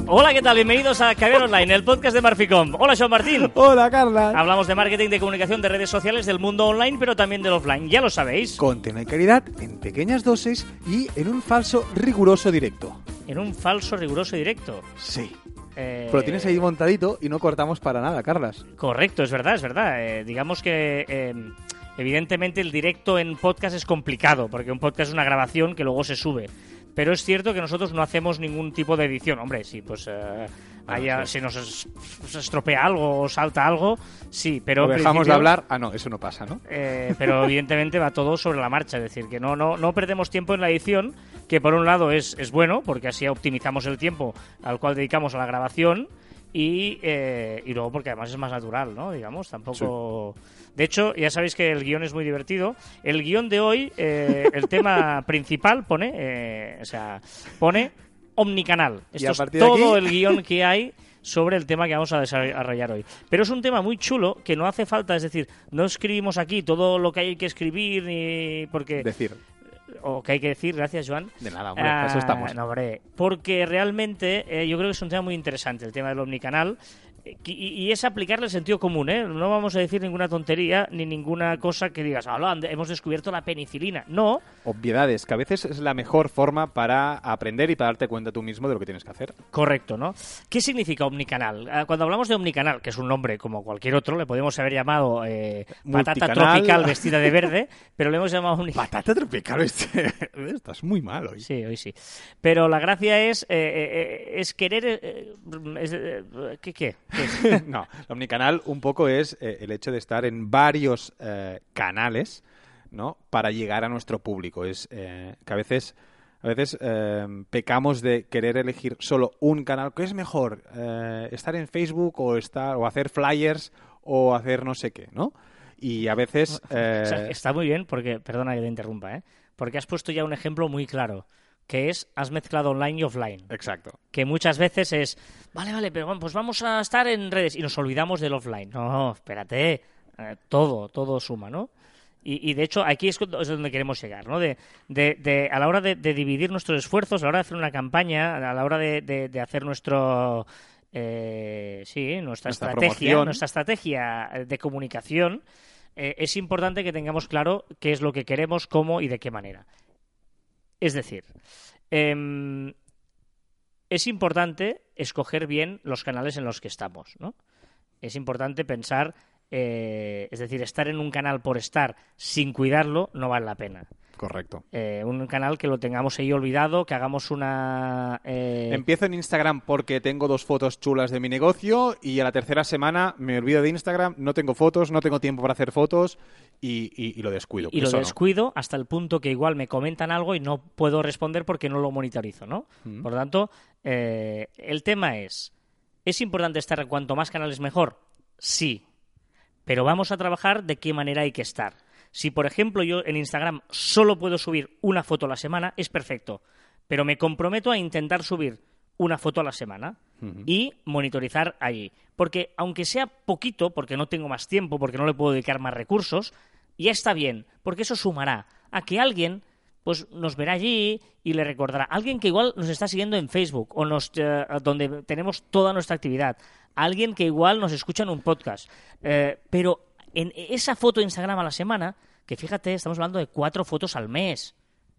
Hola, ¿qué tal? Bienvenidos a Caviar Online, el podcast de Marficom. Hola, Joan Martín. Hola, Carla. Hablamos de marketing, de comunicación, de redes sociales, del mundo online, pero también del offline. Ya lo sabéis. Contenido y calidad en pequeñas dosis y en un falso riguroso directo. En un falso riguroso directo. Sí. Pero lo tienes ahí montadito y no cortamos para nada, Carlas. Correcto, es verdad, es verdad. Digamos que evidentemente el directo en podcast es complicado, porque un podcast es una grabación que luego se sube. Pero es cierto que nosotros no hacemos ningún tipo de edición. Hombre, sí, pues si nos estropea algo o salta algo, sí, pero... O dejamos de hablar, no, eso no pasa, ¿no? Pero evidentemente va todo sobre la marcha, es decir, que no perdemos tiempo en la edición, que por un lado es bueno, porque así optimizamos el tiempo al cual dedicamos a la grabación, y luego porque además es más natural, ¿no? Digamos, tampoco... Sí. De hecho, ya sabéis que el guión es muy divertido. El guión de hoy, el tema principal pone omnicanal. Esto es todo el guión que hay sobre el tema que vamos a desarrollar hoy. Pero es un tema muy chulo que no hace falta, es decir, no escribimos aquí todo lo que hay que escribir ni porque... O que hay que decir, gracias, Joan. De nada, hombre, para eso estamos. No, hombre, porque realmente yo creo que es un tema muy interesante, el tema del omnicanal. Y es aplicarle el sentido común, ¿eh? No vamos a decir ninguna tontería ni ninguna cosa que digas, hemos descubierto la penicilina. No. Obviedades, que a veces es la mejor forma para aprender y para darte cuenta tú mismo de lo que tienes que hacer. Correcto, ¿no? ¿Qué significa omnicanal? Cuando hablamos de omnicanal, que es un nombre como cualquier otro, le podemos haber llamado patata tropical vestida de verde, pero le hemos llamado omnicanal. Patata tropical, estás muy mal hoy. Sí, hoy sí. Pero la gracia es querer... ¿Qué? No, el omnicanal un poco es el hecho de estar en varios canales, ¿no? Para llegar a nuestro público. Es que a veces pecamos de querer elegir solo un canal. ¿Qué es mejor? ¿Estar en Facebook o hacer flyers o hacer no sé qué, ¿no? Y a veces... O sea, está muy bien porque, perdona que te interrumpa, porque has puesto ya un ejemplo muy claro, que es, has mezclado online y offline. Exacto. Que muchas veces es, vale, pero pues vamos a estar en redes y nos olvidamos del offline. No, espérate, todo suma, ¿no? Y de hecho, aquí es donde queremos llegar, ¿no? A la hora de dividir nuestros esfuerzos, a la hora de hacer una campaña, a la hora de hacer nuestra estrategia de comunicación, es importante que tengamos claro qué es lo que queremos, cómo y de qué manera. Es decir, es importante escoger bien los canales en los que estamos, ¿no? Es importante pensar, es decir, estar en un canal por estar sin cuidarlo no vale la pena. Correcto. Un canal que lo tengamos ahí olvidado, que hagamos una... Empiezo en Instagram porque tengo 2 fotos chulas de mi negocio y a la tercera semana me olvido de Instagram, no tengo fotos, no tengo tiempo para hacer fotos y lo descuido. Y lo descuido hasta el punto que igual me comentan algo y no puedo responder porque no lo monitorizo, ¿no? Por lo tanto, el tema ¿es importante estar en cuanto más canales mejor? Sí, pero vamos a trabajar de qué manera hay que estar. Si, por ejemplo, yo en Instagram solo puedo subir una foto a la semana, es perfecto. Pero me comprometo a intentar subir una foto a la semana y monitorizar allí. Porque aunque sea poquito, porque no tengo más tiempo, porque no le puedo dedicar más recursos, ya está bien, porque eso sumará a que alguien pues nos verá allí y le recordará. Alguien que igual nos está siguiendo en Facebook o donde tenemos toda nuestra actividad. Alguien que igual nos escucha en un podcast. Pero en esa foto de Instagram a la semana, que fíjate, estamos hablando de 4 fotos al mes.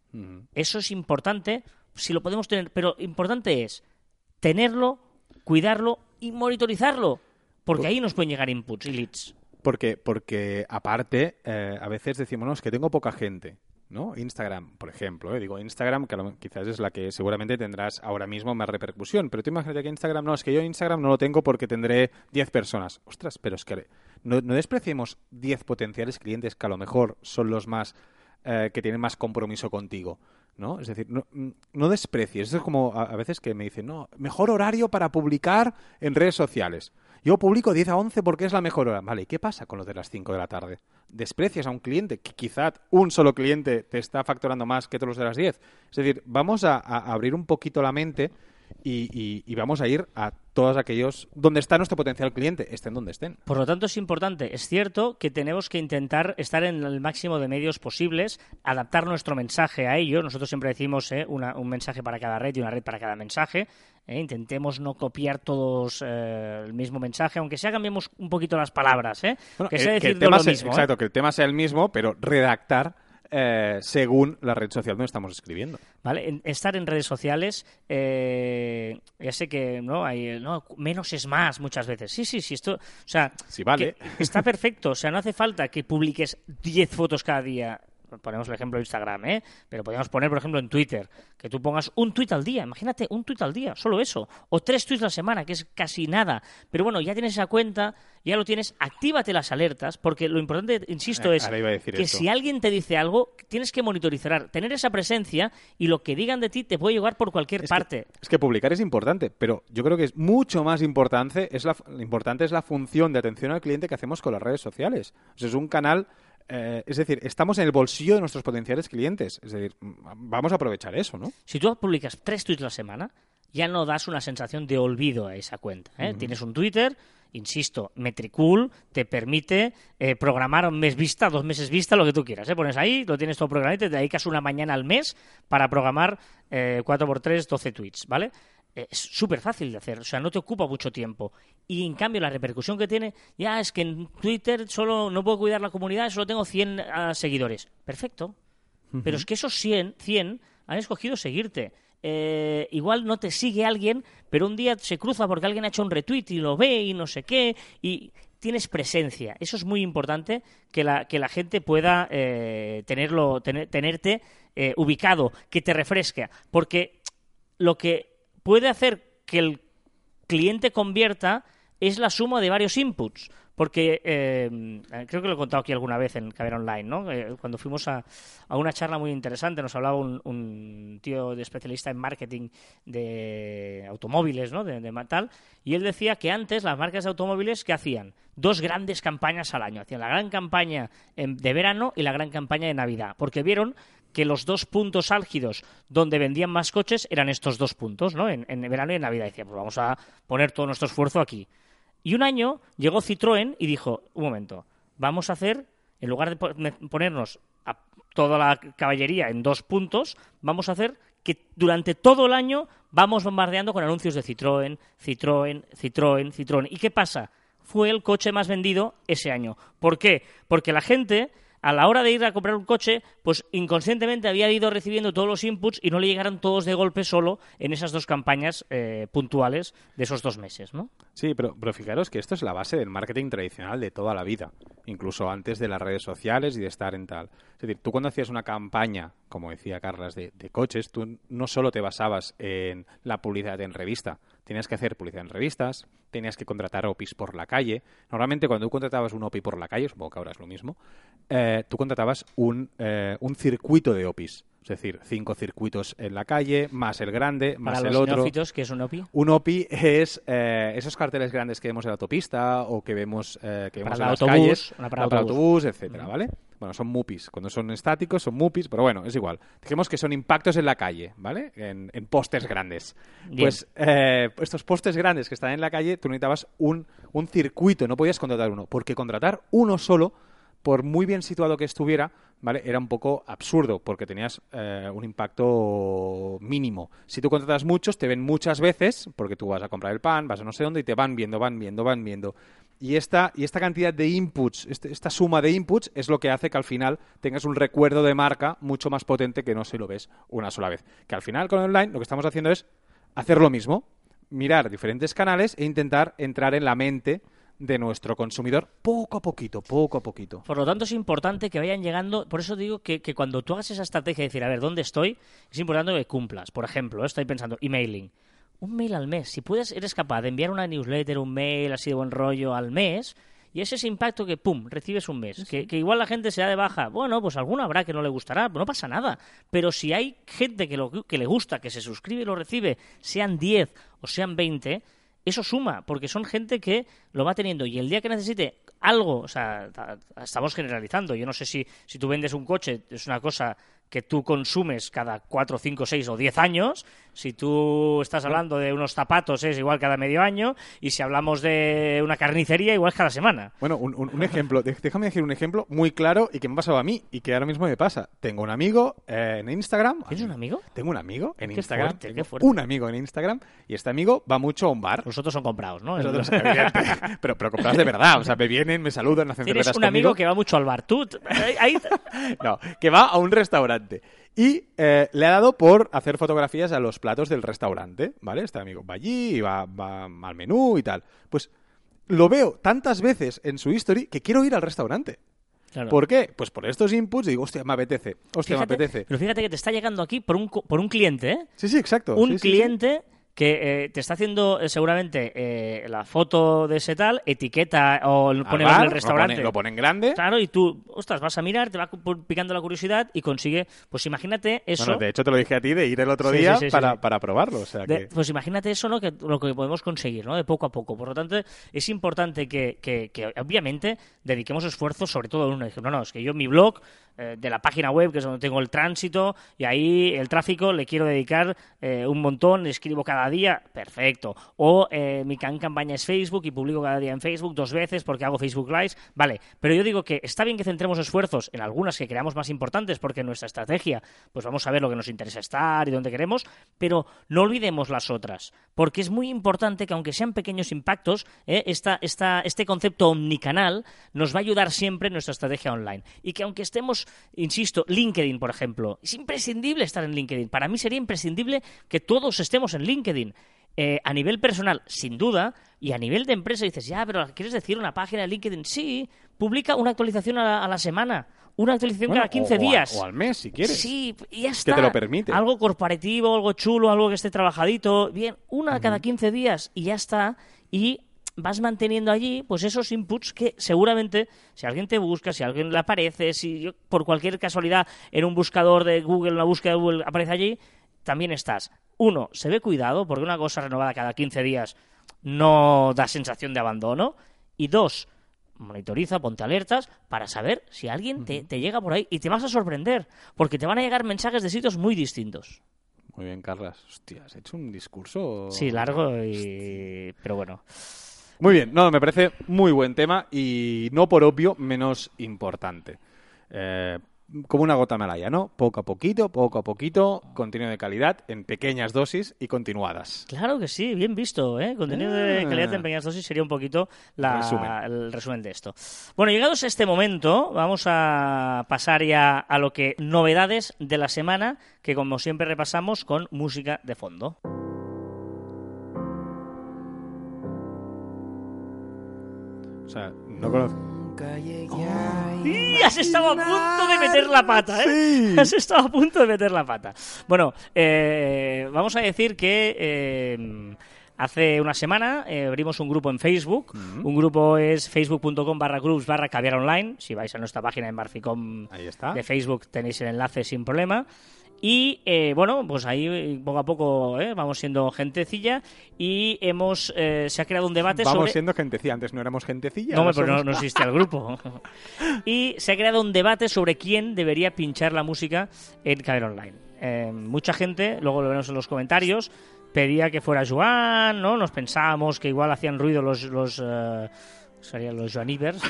Eso es importante, si lo podemos tener, pero importante es tenerlo, cuidarlo y monitorizarlo, porque ahí nos pueden llegar inputs y leads. Porque aparte, a veces decimos, no, es que tengo poca gente, ¿no? Instagram, por ejemplo, digo Instagram, que quizás es la que seguramente tendrás ahora mismo más repercusión, pero tú imagínate que Instagram, no, es que yo Instagram no lo tengo porque tendré 10 personas. Ostras, pero es que no despreciemos 10 potenciales clientes que a lo mejor son los más que tienen más compromiso contigo, ¿no? Es decir, no desprecies. Eso es como a veces que me dicen, no, mejor horario para publicar en redes sociales. Yo publico 10 a 11 porque es la mejor hora. Vale, ¿y qué pasa con los de las 5 de la tarde? ¿Desprecias a un cliente que quizá un solo cliente te está facturando más que todos los de las 10? Es decir, vamos a abrir un poquito la mente y vamos a ir a todos aquellos donde está nuestro potencial cliente, estén donde estén. Por lo tanto, es importante. Es cierto que tenemos que intentar estar en el máximo de medios posibles, adaptar nuestro mensaje a ello. Nosotros siempre decimos un mensaje para cada red y una red para cada mensaje. Intentemos no copiar todos el mismo mensaje, aunque sea cambiemos un poquito las palabras, Bueno, que sea que decir el tema lo mismo. exacto, que el tema sea el mismo, pero redactar según la red social donde estamos escribiendo. ¿Vale? Estar en redes sociales, ya sé que no hay menos es más muchas veces. Sí, esto, o sea, Sí, vale. está perfecto, o sea, no hace falta que publiques 10 fotos cada día. Ponemos el ejemplo de Instagram, pero podríamos poner, por ejemplo, en Twitter, que tú pongas un tuit al día, imagínate, un tuit al día, solo eso, o 3 tuits a la semana, que es casi nada, pero bueno, ya tienes esa cuenta, ya lo tienes, actívate las alertas, porque lo importante, insisto, es Ahora iba a decir que esto. si alguien te dice algo, tienes que monitorizar, tener esa presencia, y lo que digan de ti te puede llegar por cualquier parte. Es que publicar es importante, pero yo creo que es mucho más importante, importante es la función de atención al cliente que hacemos con las redes sociales. O sea, es un canal... es decir, estamos en el bolsillo de nuestros potenciales clientes. Es decir, vamos a aprovechar eso, ¿no? Si tú publicas 3 tweets a la semana, ya no das una sensación de olvido a esa cuenta. Tienes un Twitter, insisto, Metricool te permite programar un mes vista, 2 meses vista, lo que tú quieras. Pones ahí, lo tienes todo programado y te dedicas una mañana al mes para programar 4x3, 12 tweets, ¿vale? Es súper fácil de hacer, o sea, no te ocupa mucho tiempo. Y en cambio la repercusión que tiene, ya es que en Twitter solo no puedo cuidar la comunidad, solo tengo 100 seguidores. Perfecto. Pero es que esos 100 han escogido seguirte. Igual no te sigue alguien, pero un día se cruza porque alguien ha hecho un retweet y lo ve y no sé qué, y tienes presencia. Eso es muy importante, que la gente pueda tenerte ubicado, que te refresque. Porque lo que puede hacer que el cliente convierta es la suma de varios inputs. Porque creo que lo he contado aquí alguna vez en Caber Online, ¿no? Cuando fuimos a una charla muy interesante, nos hablaba un tío de especialista en marketing de automóviles, ¿no? De tal, y él decía que antes las marcas de automóviles, ¿qué hacían? 2 grandes campañas al año. Hacían la gran campaña de verano y la gran campaña de Navidad, porque vieron que los 2 puntos álgidos donde vendían más coches eran estos 2 puntos, ¿no? En verano y en Navidad. Decían, pues vamos a poner todo nuestro esfuerzo aquí. Y un año llegó Citroën y dijo, un momento, vamos a hacer, en lugar de ponernos a toda la caballería en 2 puntos, vamos a hacer que durante todo el año vamos bombardeando con anuncios de Citroën, Citroën, Citroën, Citroën. ¿Y qué pasa? Fue el coche más vendido ese año. ¿Por qué? Porque la gente, a la hora de ir a comprar un coche, pues inconscientemente había ido recibiendo todos los inputs y no le llegaron todos de golpe solo en esas 2 campañas puntuales de esos 2 meses, ¿no? Sí, pero fijaros que esto es la base del marketing tradicional de toda la vida, incluso antes de las redes sociales y de estar en tal. Es decir, tú cuando hacías una campaña, como decía Carlas, de coches, tú no solo te basabas en la publicidad en revista, tenías que hacer publicidad en revistas, tenías que contratar OPIs por la calle. Normalmente cuando tú contratabas un OPI por la calle, supongo que ahora es lo mismo, tú contratabas un circuito de OPIs. Es decir, 5 circuitos en la calle, más el grande, más el otro. Para los neófitos, ¿qué es un OPI? Un OPI es esos carteles grandes que vemos en la autopista o que vemos, en las calles. Para autobús, etcétera, ¿vale? Bueno, son MUPIs. Cuando son estáticos son MUPIs, pero bueno, es igual. Dijimos que son impactos en la calle, ¿vale? En postes grandes. Bien. Pues estos postes grandes que están en la calle, tú necesitabas un circuito, no podías contratar uno, porque contratar uno solo, por muy bien situado que estuviera, ¿vale? Era un poco absurdo, porque tenías un impacto mínimo. Si tú contratas muchos, te ven muchas veces, porque tú vas a comprar el pan, vas a no sé dónde, y te van viendo. Y esta cantidad de inputs, esta suma de inputs, es lo que hace que al final tengas un recuerdo de marca mucho más potente que no si lo ves una sola vez. Que al final con online lo que estamos haciendo es hacer lo mismo, mirar diferentes canales e intentar entrar en la mente de nuestro consumidor poco a poquito. Por lo tanto, es importante que vayan llegando. Por eso digo que cuando tú hagas esa estrategia de decir, a ver, ¿dónde estoy? Es importante que cumplas. Por ejemplo, estoy pensando, emailing. Un mail al mes. Si eres capaz de enviar una newsletter, un mail así de buen rollo al mes, y ese es impacto que, pum, recibes un mes. Sí. Que igual la gente se da de baja. Bueno, pues alguno habrá que no le gustará, no pasa nada. Pero si hay gente que le gusta, que se suscribe y lo recibe, sean 10 o sean 20... eso suma, porque son gente que lo va teniendo y el día que necesite algo, o sea, estamos generalizando, yo no sé si tú vendes un coche, es una cosa que tú consumes cada 4, 5, 6 o 10 años. Si tú estás hablando de unos zapatos es igual cada medio año, y si hablamos de una carnicería igual cada semana. Bueno, un ejemplo, déjame decir un ejemplo muy claro y que me ha pasado a mí y que ahora mismo me pasa. Tengo un amigo en Instagram. ¿Tienes un amigo? Tengo un amigo en Qué Instagram. fuerte, qué fuerte. Un amigo en Instagram y este amigo va mucho a un bar. Los otros son comprados, ¿no? Nosotros, evidente, pero comprados de verdad. O sea, me vienen, me saludan, hacen Tienes cervezas un amigo conmigo. que va mucho al bar. Tú, ahí... No, que va a un restaurante. Y le ha dado por hacer fotografías a los platos del restaurante, ¿vale? Este amigo va allí y va al menú y tal. Pues lo veo tantas veces en su history que quiero ir al restaurante. Claro. ¿Por qué? Pues por estos inputs digo, hostia, me apetece. Fíjate, me apetece. Pero fíjate que te está llegando aquí por un cliente, ¿eh? Sí, exacto. Un Sí. cliente que te está haciendo seguramente la foto de ese tal, etiqueta o pone el nombre del restaurante. Lo pone en grande. Claro, y tú, ostras, vas a mirar, te va picando la curiosidad y consigue, pues imagínate eso. Bueno, de hecho te lo dije a ti de ir el otro Sí, día sí. para probarlo. O sea que... Pues imagínate eso, ¿no? Lo que podemos conseguir, ¿no? De poco a poco. Por lo tanto, es importante que obviamente dediquemos esfuerzos, sobre todo en un ejemplo. No, es que yo en mi blog de la página web, que es donde tengo el tránsito, y ahí el tráfico le quiero dedicar un montón, escribo cada día, perfecto. O mi campaña es Facebook y publico cada día en Facebook 2 veces porque hago Facebook Lives, vale. Pero yo digo que está bien que centremos esfuerzos en algunas que creamos más importantes, porque en nuestra estrategia, pues vamos a ver lo que nos interesa estar y dónde queremos, pero no olvidemos las otras, porque es muy importante que, aunque sean pequeños impactos, este concepto omnicanal nos va a ayudar siempre en nuestra estrategia online. Y que aunque estemos, insisto, LinkedIn, por ejemplo, es imprescindible estar en LinkedIn. Para mí sería imprescindible que todos estemos en LinkedIn. A nivel personal, sin duda, y a nivel de empresa dices, ya, pero ¿quieres decir una página de LinkedIn? Sí, publica una actualización a la semana, una actualización cada 15 días. O al mes, si quieres. Sí, y ya está. Que te lo permite. Algo corporativo, algo chulo, algo que esté trabajadito. Bien, una cada 15 días y ya está. Y vas manteniendo allí pues esos inputs que seguramente, si alguien te busca, si alguien le aparece, si yo, por cualquier casualidad en un buscador de Google, una búsqueda de Google aparece allí, también estás. Uno, se ve cuidado, porque una cosa renovada cada 15 días no da sensación de abandono. Y dos, monitoriza, ponte alertas para saber si alguien te llega por ahí. Y te vas a sorprender, porque te van a llegar mensajes de sitios muy distintos. Muy bien, Carlas. Hostia, has hecho un discurso... Sí, largo, pero bueno. Muy bien. No, me parece muy buen tema y no por obvio menos importante. Como una gota malaya, ¿no? Poco a poquito, contenido de calidad en pequeñas dosis y continuadas. Claro que sí, bien visto, ¿eh? Contenido de calidad en pequeñas dosis sería un poquito el resumen de esto. Bueno, llegados a este momento, vamos a pasar ya a lo que novedades de la semana, que como siempre repasamos con música de fondo. O sea, no conozco... ¡Y has estado a punto de meter la pata, ¿eh? Sí. Has estado a punto de meter la pata. Bueno, vamos a decir que hace una semana abrimos un grupo en Facebook. Un grupo es facebook.com/groups/caviar online. Si vais a nuestra página en Marficom de Facebook tenéis el enlace sin problema. Y bueno, pues ahí poco a poco vamos siendo gentecilla y se ha creado un debate Vamos siendo gentecilla. Antes no éramos gentecilla. No, pero no existía el grupo. Y se ha creado un debate sobre quién debería pinchar la música en Caviar Online. Mucha gente, luego lo veremos en los comentarios, pedía que fuera Joan, ¿no? Nos pensábamos que igual hacían ruido serían los Joanivers,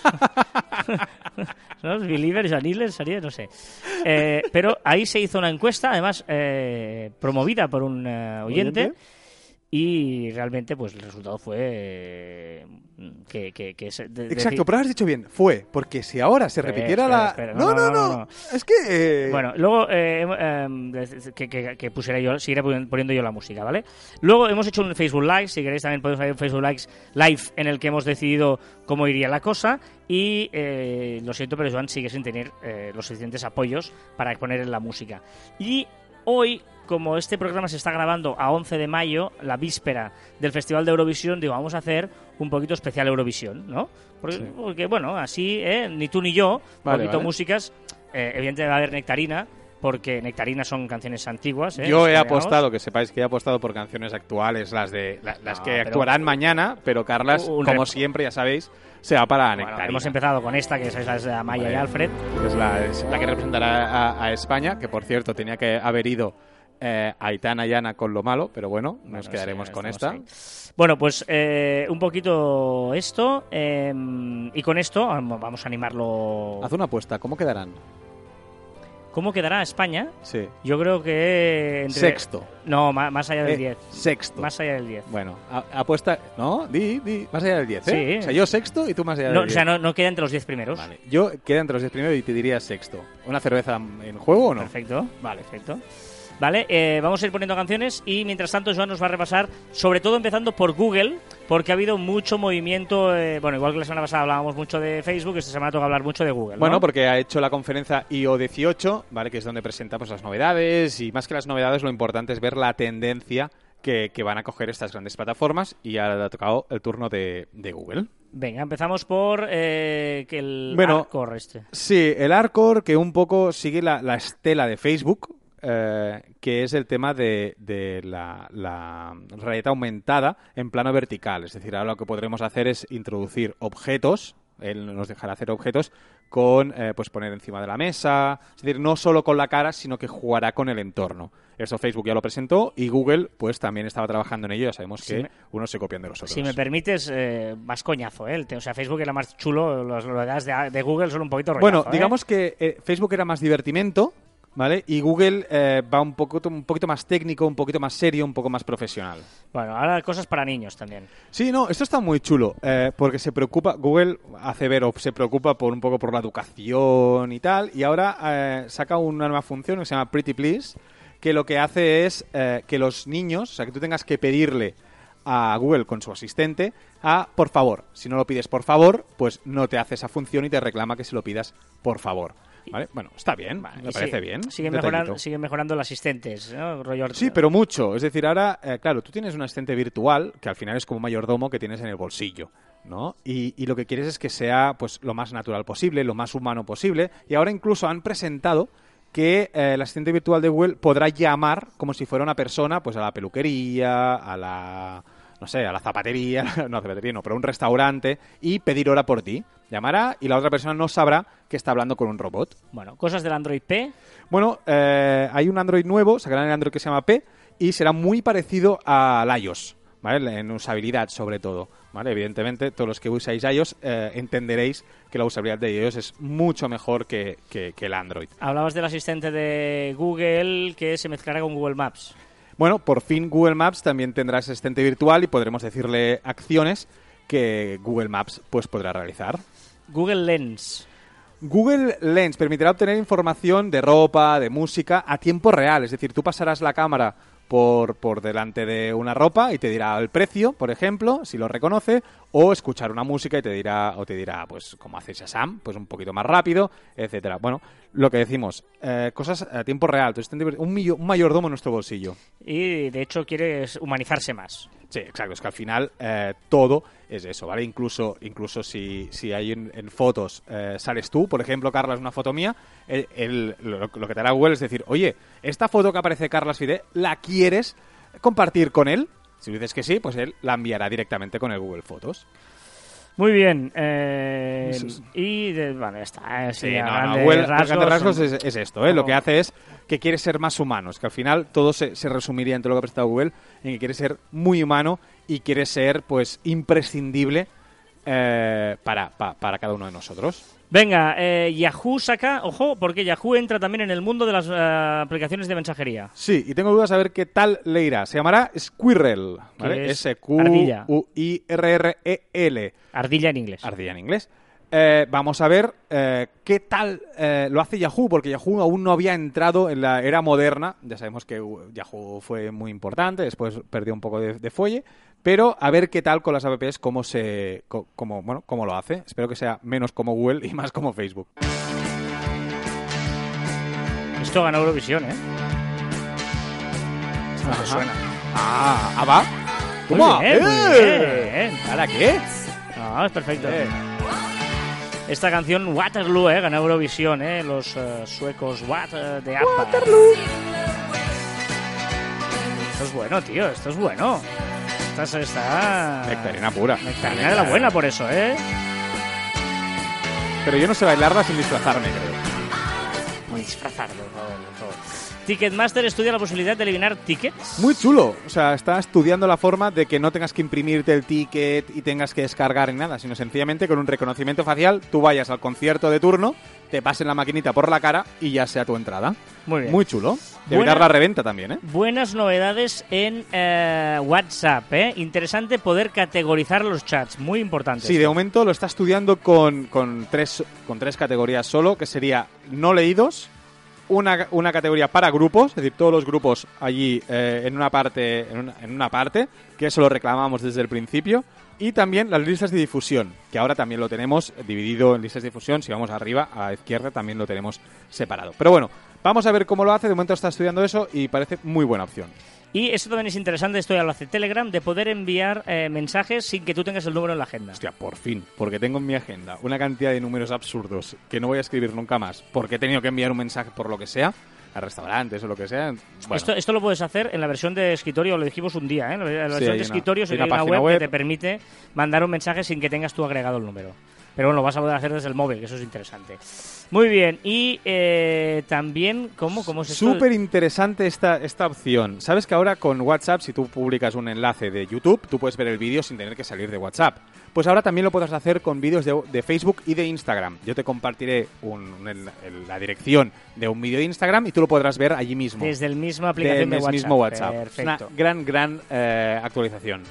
los Believers, Joanilers, sería, no sé. Pero ahí se hizo una encuesta, además promovida por un oyente, y realmente pues el resultado fue Exacto, pero has dicho bien, fue, porque si ahora se repitiera espera, No, es que... Bueno, luego que pusiera yo, seguiré poniendo yo la música, ¿vale? Luego hemos hecho un Facebook Live, si queréis también podemos hacer un Facebook Live en el que hemos decidido cómo iría la cosa y lo siento, pero Joan sigue sin tener los suficientes apoyos para exponer en la música. Y hoy, como este programa se está grabando a 11 de mayo, la víspera del Festival de Eurovisión, digo, vamos a hacer un poquito especial Eurovisión, ¿no? Porque bueno, así, ni tú ni yo, músicas, evidentemente va a haber nectarina, porque Nectarina son canciones antiguas. Yo he apostado, que sepáis que he apostado por canciones actuales, las que actuarán mañana, pero Carlas, como siempre, ya sabéis, se va para Nectarina. Bueno, hemos empezado con esta, que es la de Amaya y Alfred. Es la que representará a España, que por cierto tenía que haber ido Aitana y Ana con Lo Malo, pero bueno, nos quedaremos con esta. Ahí. Bueno, pues un poquito esto, y con esto vamos a animarlo. Haz una apuesta, ¿cómo quedarán? ¿Cómo quedará España? Sí. Yo creo que... Sexto. No, más allá del 10. Sexto. Más allá del 10. Bueno, apuesta... ¿No? Di. Más allá del 10, ¿eh? Sí. O sea, yo sexto y tú más allá del 10. O sea, no queda entre los 10 primeros. Vale. Yo queda entre los 10 primeros y te diría sexto. ¿Una cerveza en juego o no? Perfecto. Vale, perfecto. Vale, vamos a ir poniendo canciones y mientras tanto Joan nos va a repasar, sobre todo empezando por Google, porque ha habido mucho movimiento, bueno, igual que la semana pasada hablábamos mucho de Facebook, esta semana toca hablar mucho de Google, ¿no? Bueno, porque ha hecho la conferencia I/O 18, ¿vale? Que es donde presenta pues, las novedades y más que las novedades lo importante es ver la tendencia que van a coger estas grandes plataformas y ahora ha tocado el turno de Google. Venga, empezamos por el Arcor este. Sí, el Arcor que un poco sigue la estela de Facebook, que es el tema de la realidad aumentada en plano vertical. Es decir, ahora lo que podremos hacer es introducir objetos, él nos dejará hacer objetos con, pues poner encima de la mesa, es decir, no solo con la cara, sino que jugará con el entorno. Eso Facebook ya lo presentó y Google pues también estaba trabajando en ello, ya sabemos que unos se copian de los otros. Si me permites, más coñazo, o sea, Facebook era más chulo, las novedades de Google son un poquito rollazo. Bueno, digamos que Facebook era más divertimento, ¿vale? Y Google va un poquito más técnico, un poquito más serio, un poco más profesional. Bueno, ahora cosas para niños también. Sí, no, esto está muy chulo, porque Google hace ver o se preocupa por un poco por la educación y tal, y ahora saca una nueva función que se llama Pretty Please, que lo que hace es que los niños, o sea, que tú tengas que pedirle a Google con su asistente por favor. Si no lo pides por favor, pues no te hace esa función y te reclama que se lo pidas por favor. ¿Vale? Bueno, está bien, me parece bien. Siguen mejorando los asistentes, ¿no? Sí, pero mucho. Es decir, ahora, claro, tú tienes un asistente virtual que al final es como un mayordomo que tienes en el bolsillo, ¿no? Y lo que quieres es que sea pues lo más natural posible, lo más humano posible. Y ahora incluso han presentado que el asistente virtual de Google podrá llamar como si fuera una persona pues a la peluquería, a la zapatería, pero un restaurante y pedir hora por ti. Llamará y la otra persona no sabrá que está hablando con un robot. Bueno, cosas del Android P. Bueno, hay un Android nuevo, sacarán el Android que se llama P y será muy parecido al iOS, ¿vale? En usabilidad sobre todo, ¿vale? Evidentemente, todos los que usáis iOS entenderéis que la usabilidad de iOS es mucho mejor que el Android. Hablabas del asistente de Google que se mezclará con Google Maps. Bueno, por fin Google Maps también tendrá asistente virtual y podremos decirle acciones que Google Maps pues podrá realizar. Google Lens. Google Lens permitirá obtener información de ropa, de música a tiempo real. Es decir, tú pasarás la cámara por delante de una ropa y te dirá el precio, por ejemplo, si lo reconoce, o escuchar una música y te dirá, pues como hace Shazam, pues un poquito más rápido, etcétera. Bueno, lo que decimos, cosas a tiempo real, un mayordomo en nuestro bolsillo. Y de hecho quieres humanizarse más. Sí, exacto, es que al final todo es eso, ¿vale? Incluso si hay en fotos sales tú, por ejemplo, Carlas, una foto mía, lo que te hará Google es decir, oye, esta foto que aparece Carlas Fide, ¿la quieres compartir con él? Si dices que sí, pues él la enviará directamente con el Google Fotos. Muy bien. Bueno, ya está. Sí, Google, grandes rasgos es esto, ¿eh? Lo que hace es que quiere ser más humanos, que al final todo se resumiría en todo lo que ha presentado Google, en que quiere ser muy humano y quiere ser pues imprescindible para cada uno de nosotros. Venga, Yahoo saca, ojo, porque Yahoo entra también en el mundo de las aplicaciones de mensajería. Sí, y tengo dudas a ver qué tal le irá. Se llamará Squirrel, ¿vale? S-Q-U-I-R-R-E-L. Ardilla en inglés. Ardilla en inglés. Vamos a ver qué tal lo hace Yahoo, porque Yahoo aún no había entrado en la era moderna. Ya sabemos que Yahoo fue muy importante, después perdió un poco de fuelle. Pero a ver qué tal con las apps, cómo lo hace. Espero que sea menos como Google y más como Facebook. Esto ganó Eurovisión, ¿eh? No se suena. ¿Va? ¿Cómo? Muy bien. ¿Para qué? No, es perfecto. Esta canción Waterloo, ganó Eurovisión, los suecos de ABBA. Waterloo. Esto es bueno, tío, esto es bueno. Esta está... Nectarina pura. Nectarina de la buena, por eso, Pero yo no sé bailarla sin disfrazarme, creo. Muy disfrazarlo, todo. Ticketmaster estudia la posibilidad de eliminar tickets. Muy chulo. O sea, está estudiando la forma de que no tengas que imprimirte el ticket y tengas que descargar ni nada, sino sencillamente con un reconocimiento facial tú vayas al concierto de turno, te pasen la maquinita por la cara y ya sea tu entrada. Muy bien. Muy chulo. De evitar la reventa también, Buenas novedades en WhatsApp, Interesante poder categorizar los chats. Muy importante. Sí, de momento lo está estudiando con tres categorías solo, que sería no leídos, una categoría para grupos, es decir, todos los grupos allí en una parte, que eso lo reclamamos desde el principio, y también las listas de difusión, que ahora también lo tenemos dividido en listas de difusión. Si vamos arriba, a la izquierda, también lo tenemos separado. Pero bueno, vamos a ver cómo lo hace. De momento está estudiando eso y parece muy buena opción. Y esto también es interesante, esto ya lo hace Telegram, de poder enviar mensajes sin que tú tengas el número en la agenda. Hostia, por fin, porque tengo en mi agenda una cantidad de números absurdos que no voy a escribir nunca más, porque he tenido que enviar un mensaje por lo que sea, a restaurantes o lo que sea. Bueno. Esto lo puedes hacer en la versión de escritorio, lo dijimos un día, La versión de escritorio sería una web que te permite mandar un mensaje sin que tengas tú agregado el número. Pero bueno, lo vas a poder hacer desde el móvil, que eso es interesante. Muy bien, y también, ¿cómo es esto? Súper interesante esta opción. Sabes que ahora con WhatsApp, si tú publicas un enlace de YouTube, tú puedes ver el vídeo sin tener que salir de WhatsApp. Pues ahora también lo puedes hacer con vídeos de Facebook y de Instagram. Yo te compartiré la dirección de un vídeo de Instagram y tú lo podrás ver allí mismo. Desde el mismo aplicación de WhatsApp. Mismo WhatsApp. Perfecto. Es una gran actualización.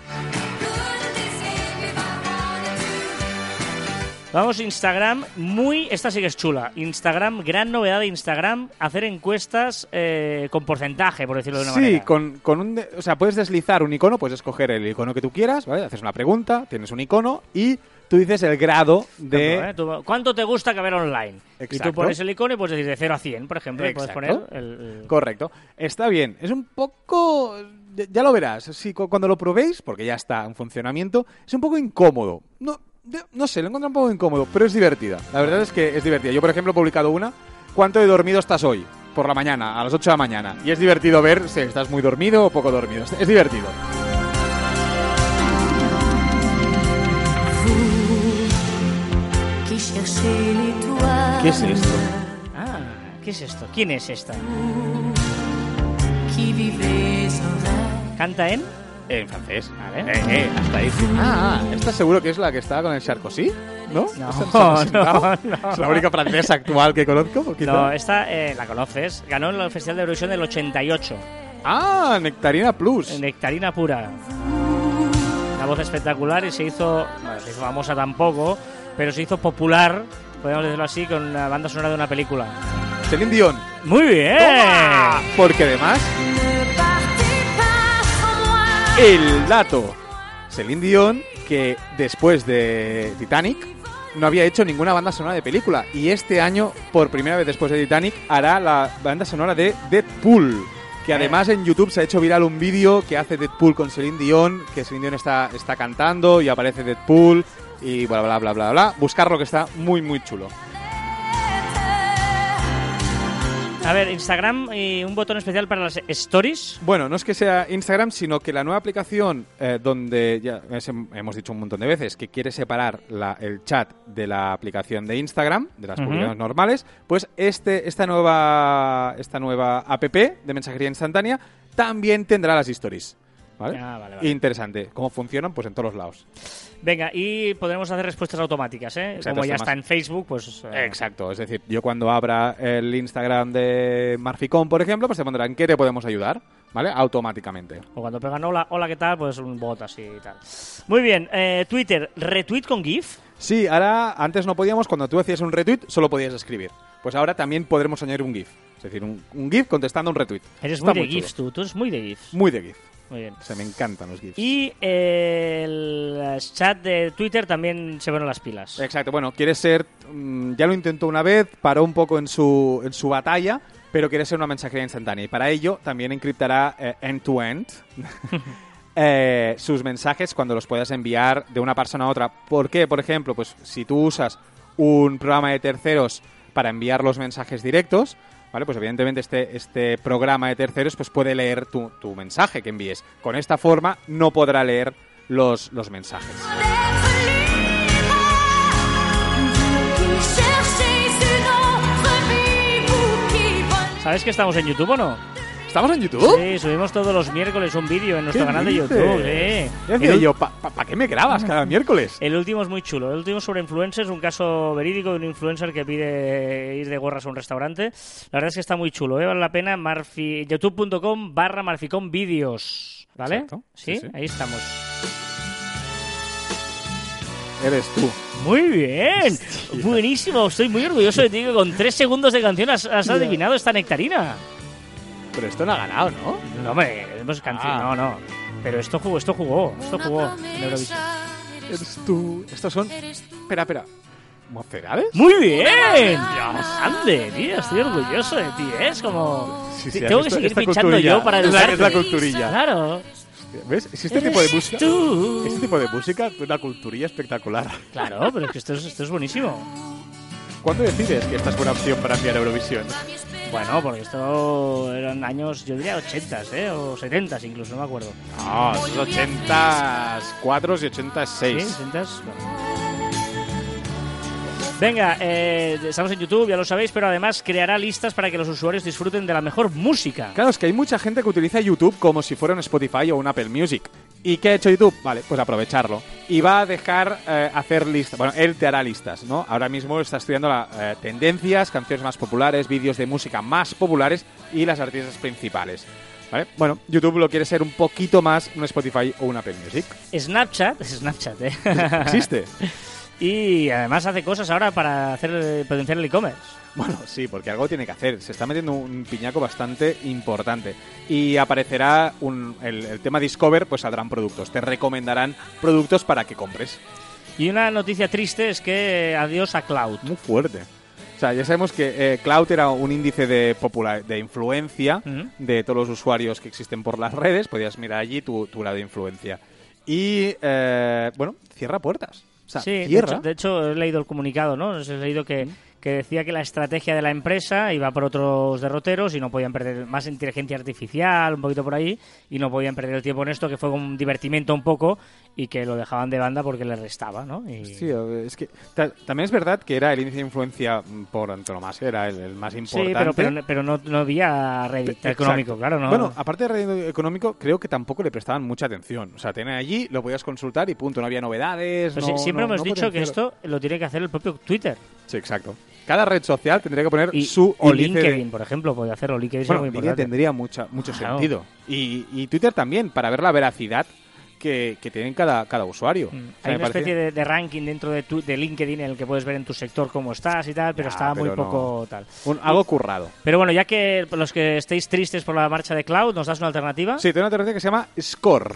Vamos, Instagram, esta sí que es chula. Instagram, gran novedad de Instagram, hacer encuestas con porcentaje, por decirlo de una manera. Sí, o sea, puedes deslizar un icono, puedes escoger el icono que tú quieras, ¿vale? Haces una pregunta, tienes un icono y tú dices el grado de... ¿Cuánto te gusta que ver online? Exacto. Y tú pones el icono y puedes decir de 0 a 100, por ejemplo. Y puedes poner Correcto. Está bien. Es un poco... Ya lo verás. Sí, cuando lo probéis, porque ya está en funcionamiento, es un poco incómodo. No sé, lo encuentro un poco incómodo, pero es divertida. La verdad es que es divertida. Yo, por ejemplo, he publicado una. ¿Cuánto de dormido estás hoy? Por la mañana, a las 8 de la mañana. Y es divertido ver si estás muy dormido o poco dormido. Es divertido. ¿Qué es esto? ¿Qué es esto? ¿Quién es esta? ¿Canta en? En francés. Vale. Hasta ahí. ¿Esta seguro que es la que estaba con el Sarkozy? ¿No? No. Es la única francesa actual que conozco. ¿Quizá? No, esta la conoces. Ganó en el Festival de Eurovisión del 88. Nectarina Plus. Nectarina pura. Una voz espectacular y se hizo famosa tampoco, pero se hizo popular, podemos decirlo así, con la banda sonora de una película. Celine Dion. ¡Muy bien! ¡Toma! Porque además... El dato. Celine Dion, que después de Titanic no había hecho ninguna banda sonora de película. Y este año, por primera vez después de Titanic, hará la banda sonora de Deadpool. Que además en YouTube se ha hecho viral un vídeo que hace Deadpool con Celine Dion, que Celine Dion está cantando y aparece Deadpool y bla, bla, bla, bla, bla. Buscarlo, que está muy, muy chulo. A ver, Instagram y un botón especial para las stories. Bueno, no es que sea Instagram, sino que la nueva aplicación donde ya hemos dicho un montón de veces que quiere separar el chat de la aplicación de Instagram, de las publicaciones normales, pues esta nueva app de mensajería instantánea también tendrá las stories. ¿Vale? Vale. Interesante. ¿Cómo funcionan? Pues en todos los lados. Venga, y podremos hacer respuestas automáticas, Exacto, como ya está en Facebook, pues... Exacto, es decir, yo cuando abra el Instagram de Marficom, por ejemplo, pues te pondrán ¿qué te podemos ayudar? ¿Vale? Automáticamente. O cuando pegan hola, ¿qué tal? Pues un bot así y tal. Muy bien, Twitter, ¿retweet con GIF? Sí, ahora, antes no podíamos, cuando tú hacías un retweet, solo podías escribir. Pues ahora también podremos añadir un GIF. Es decir, un GIF contestando un retweet. Eres muy de GIFs tú eres muy de GIFs. Muy de GIF. Muy bien. O sea, me encantan los GIFs. Y el chat de Twitter también se ponen las pilas. Exacto, bueno, quiere ser... ya lo intentó una vez, paró un poco en su batalla, pero quiere ser una mensajería instantánea. Y para ello también encriptará end-to-end sus mensajes cuando los puedas enviar de una persona a otra. ¿Por qué? Por ejemplo, pues si tú usas un programa de terceros para enviar los mensajes directos, ¿vale? Pues evidentemente este programa de terceros pues puede leer tu mensaje que envíes. Con esta forma no podrá leer los mensajes. ¿Sabes que estamos en YouTube o no? ¿Estamos en YouTube? Sí, subimos todos los miércoles un vídeo en nuestro canal de YouTube. Yo, ¿para qué me grabas cada miércoles? El último es muy chulo. El último es sobre influencers, un caso verídico de un influencer que pide ir de gorras a un restaurante. La verdad es que está muy chulo, vale la pena. youtube.com/marficomvideos, ¿vale? Exacto. ¿Sí? Ahí estamos. Eres tú. Muy bien. Hostia. Buenísimo. Estoy muy orgulloso de ti que con 3 segundos de canción has adivinado esta nectarina. Pero esto no ha ganado, ¿no? No, hombre, hemos canción. No. Pero esto jugó en Eurovisión. Eres tú. Estos son... Espera. ¿Mocedades? ¡Muy bien! Dios, ande, tío, estoy orgulloso de ti, ¿eh? Es como... Sí, tengo que seguir pinchando yo para educarte. Es la culturilla. Claro. ¿Ves? Si este tipo de música... Este tipo de música es una culturilla espectacular. Claro, pero es que esto es buenísimo. ¿Cuándo decides que esta es buena opción para enviar a Eurovisión? Bueno, porque esto eran años, yo diría 80s, o 70s incluso, no me acuerdo. No, son 84 y 86. ¿Sí? ¿80s? Bueno. Venga, estamos en YouTube, ya lo sabéis, pero además creará listas para que los usuarios disfruten de la mejor música. Claro, es que hay mucha gente que utiliza YouTube como si fuera un Spotify o un Apple Music. ¿Y qué ha hecho YouTube? Vale, pues aprovecharlo. Y va a dejar hacer listas. Bueno, él te hará listas, ¿no? Ahora mismo está estudiando tendencias, canciones más populares, vídeos de música más populares y las artistas principales. ¿Vale? Bueno, YouTube lo quiere ser un poquito más un Spotify o un Apple Music. Snapchat, ¿Existe? Y además hace cosas ahora para potenciar el e-commerce. Bueno, sí, porque algo tiene que hacer. Se está metiendo un piñaco bastante importante. Y aparecerá el tema Discover, pues saldrán productos. Te recomendarán productos para que compres. Y una noticia triste es que adiós a Cloud. Muy fuerte. O sea, ya sabemos que Cloud era un índice de influencia de todos los usuarios que existen por las redes. Podías mirar allí tu grado de influencia. Y, bueno, cierra puertas. O sea, sí, cierra. De hecho, he leído el comunicado, ¿no? He leído que decía que la estrategia de la empresa iba por otros derroteros y no podían perder más inteligencia artificial, un poquito por ahí, y no podían perder el tiempo en esto, que fue un divertimento un poco, y que lo dejaban de banda porque les restaba, ¿no? Y... Sí, es que también es verdad que era el índice de influencia por antonomasia, era el más importante. Sí, pero no había rédito económico, claro, ¿no? Bueno, aparte de rédito económico, creo que tampoco le prestaban mucha atención. O sea, tenían allí, lo podías consultar y punto, no había novedades. Pues siempre hemos dicho que esto lo tiene que hacer el propio Twitter. Sí, exacto. Cada red social tendría que poner o LinkedIn, por ejemplo, podría hacerlo. LinkedIn es muy importante. LinkedIn tendría mucho sentido. Y Twitter también, para ver la veracidad que tienen cada usuario. O sea, hay una especie de ranking dentro de LinkedIn en el que puedes ver en tu sector cómo estás y tal, pero está muy poco tal. Algo currado. Pero bueno, ya que los que estéis tristes por la marcha de Cloud, ¿nos das una alternativa? Sí, tengo una alternativa que se llama Score.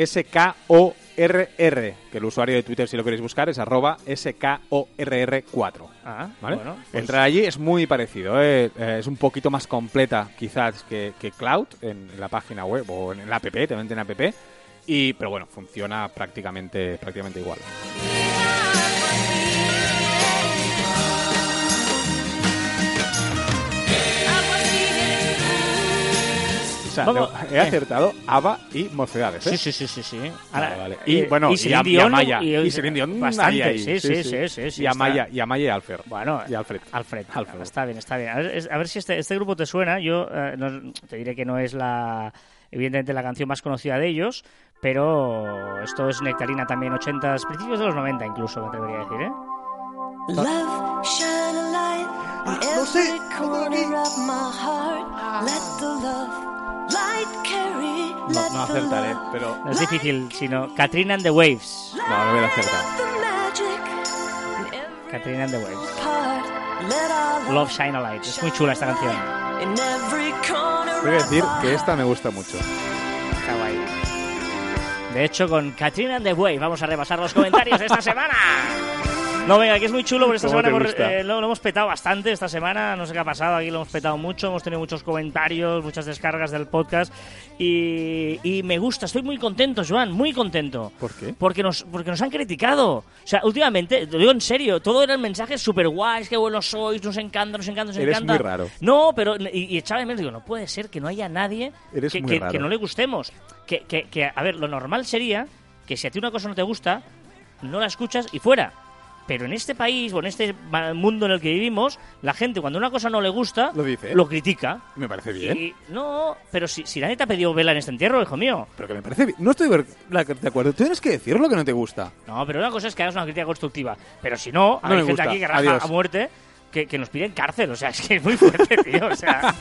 SKORR, que el usuario de Twitter, si lo queréis buscar, es @SKORR4. ¿Vale? Bueno, pues... Entrar allí es muy parecido, es un poquito más completa quizás que Cloud en la página web o en la app, también tiene app, pero bueno, funciona prácticamente igual. O sea, he acertado ABBA y Mocedades, ¿eh? Sí. Vale. Y bueno, y Amaya. Y Celine Dion bastante, ahí. Sí. Y Amaya y Alfred. Bueno, y Alfred. Está bien. A ver si este grupo te suena. Yo te diré que no es evidentemente la canción más conocida de ellos, pero esto es nectarina también, 80s, principios de los 90 incluso, me atrevería a decir, ¿eh? Love, shine a light in every corner of my heart. Let the love light carry. No acertaré, pero... No es difícil, sino Katrina and the Waves. No voy a acertar. Katrina and the Waves. Love, shine a light. Es muy chula esta canción. Voy a decir que esta me gusta mucho. Está guay. De hecho, con Katrina and the Waves vamos a repasar los comentarios de esta semana. No, venga, que es muy chulo porque esta ¿Cómo semana te gusta? lo hemos petado bastante esta semana, no sé qué ha pasado, aquí lo hemos petado mucho, hemos tenido muchos comentarios, muchas descargas del podcast y me gusta, estoy muy contento, Joan, muy contento. ¿Por qué? Porque nos han criticado. O sea, últimamente, lo digo en serio, todo eran mensajes súper guays, qué buenos sois, nos encanta, nos encanta, nos Eres encanta. muy raro. No, pero y echaba de menos, digo, no puede ser que no haya nadie Eres muy raro. que no le gustemos. Que, a ver, lo normal sería que si a ti una cosa no te gusta, no la escuchas y fuera. Pero en este país o en este mundo en el que vivimos, la gente cuando una cosa no le gusta, Lo dice. lo critica. Me parece bien. Y, no, pero si nadie te ha pedido vela en este entierro, hijo mío. Pero que me parece bien. No estoy de acuerdo. Tú tienes que decir lo que no te gusta. No, pero una cosa es que hagas una crítica constructiva. Pero si no, No hay me gente gusta. aquí que raja Adiós. a muerte que nos piden cárcel. O sea, es que es muy fuerte, tío. O sea...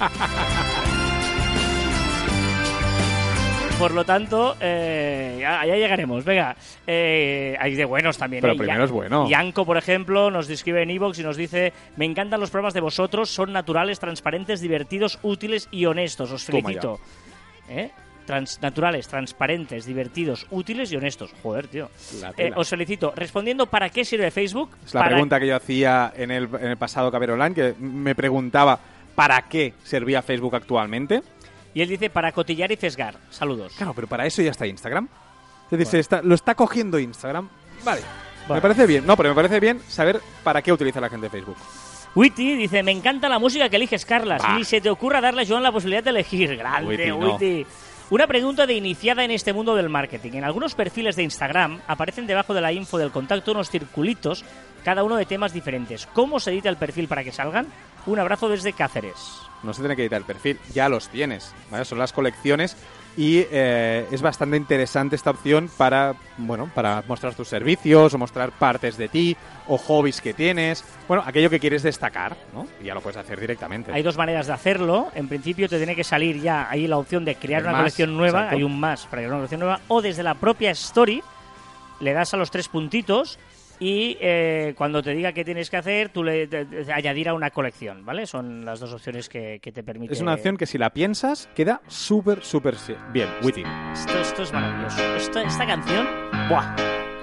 Por lo tanto, ya llegaremos. Venga, hay de buenos también. Pero primero es bueno. Yanko, por ejemplo, nos describe en iVoox y nos dice: me encantan los programas de vosotros, son naturales, transparentes, divertidos, útiles y honestos. Os Toma felicito. Naturales, transparentes, divertidos, útiles y honestos. Joder, tío. La tela. Os felicito. Respondiendo, ¿para qué sirve Facebook? Es la pregunta que yo hacía en el pasado Caber Online, que me preguntaba ¿para qué servía Facebook actualmente? Y él dice: para cotillar y sesgar. Saludos. Claro, pero para eso ya está Instagram. Es decir, lo está cogiendo Instagram. Vale. Bueno. Me parece bien. No, pero me parece bien saber para qué utiliza la gente Facebook. Witty dice: me encanta la música que eliges, Carlas. Bah. Ni se te ocurra darle a Joan la posibilidad de elegir. Grande, Witty, no. Witty. Una pregunta de iniciada en este mundo del marketing. En algunos perfiles de Instagram aparecen debajo de la info del contacto unos circulitos, cada uno de temas diferentes. ¿Cómo se edita el perfil para que salgan? Un abrazo desde Cáceres. No se tiene que editar el perfil, ya los tienes, ¿vale? Son las colecciones y es bastante interesante esta opción para mostrar tus servicios o mostrar partes de ti o hobbies que tienes, bueno, aquello que quieres destacar, ¿no? Y ya lo puedes hacer directamente. Hay dos maneras de hacerlo. En principio te tiene que salir ya ahí la opción de crear El una más, colección nueva. exacto. Hay un más para crear una colección nueva. O desde la propia Story le das a los 3 puntitos y cuando te diga qué tienes que hacer, tú te añadir a una colección, ¿vale? Son las dos opciones que te permiten. Es una opción que si la piensas queda súper bien. Witty. Esto es maravilloso. Esta canción, ¡buah!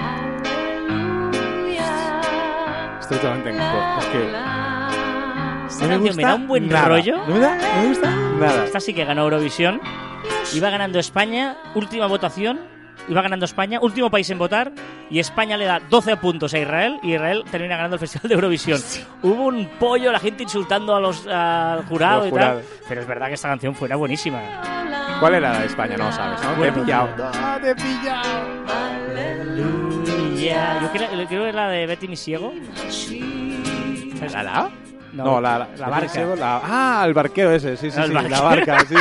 Estoy totalmente en contra. Es que Esta canción me da un buen nada. rollo. No me gusta nada. Esta sí que ganó Eurovisión. Iba ganando España, última votación. Iba ganando España, último país en votar. Y España le da 12 puntos a Israel. Y Israel termina ganando el Festival de Eurovisión. Hubo un pollo, la gente insultando al jurado Los y jurados. tal. Pero es verdad que esta canción fuera buenísima. ¿Cuál era la de España? No lo sabes, ¿no? Bueno, te he pillado. Te he pillado. Yo creo que era la de Betty mi ciego. ¿Sabes? ¿La? No, la barca. El barquero ese, sí, El la barquero. barca, sí.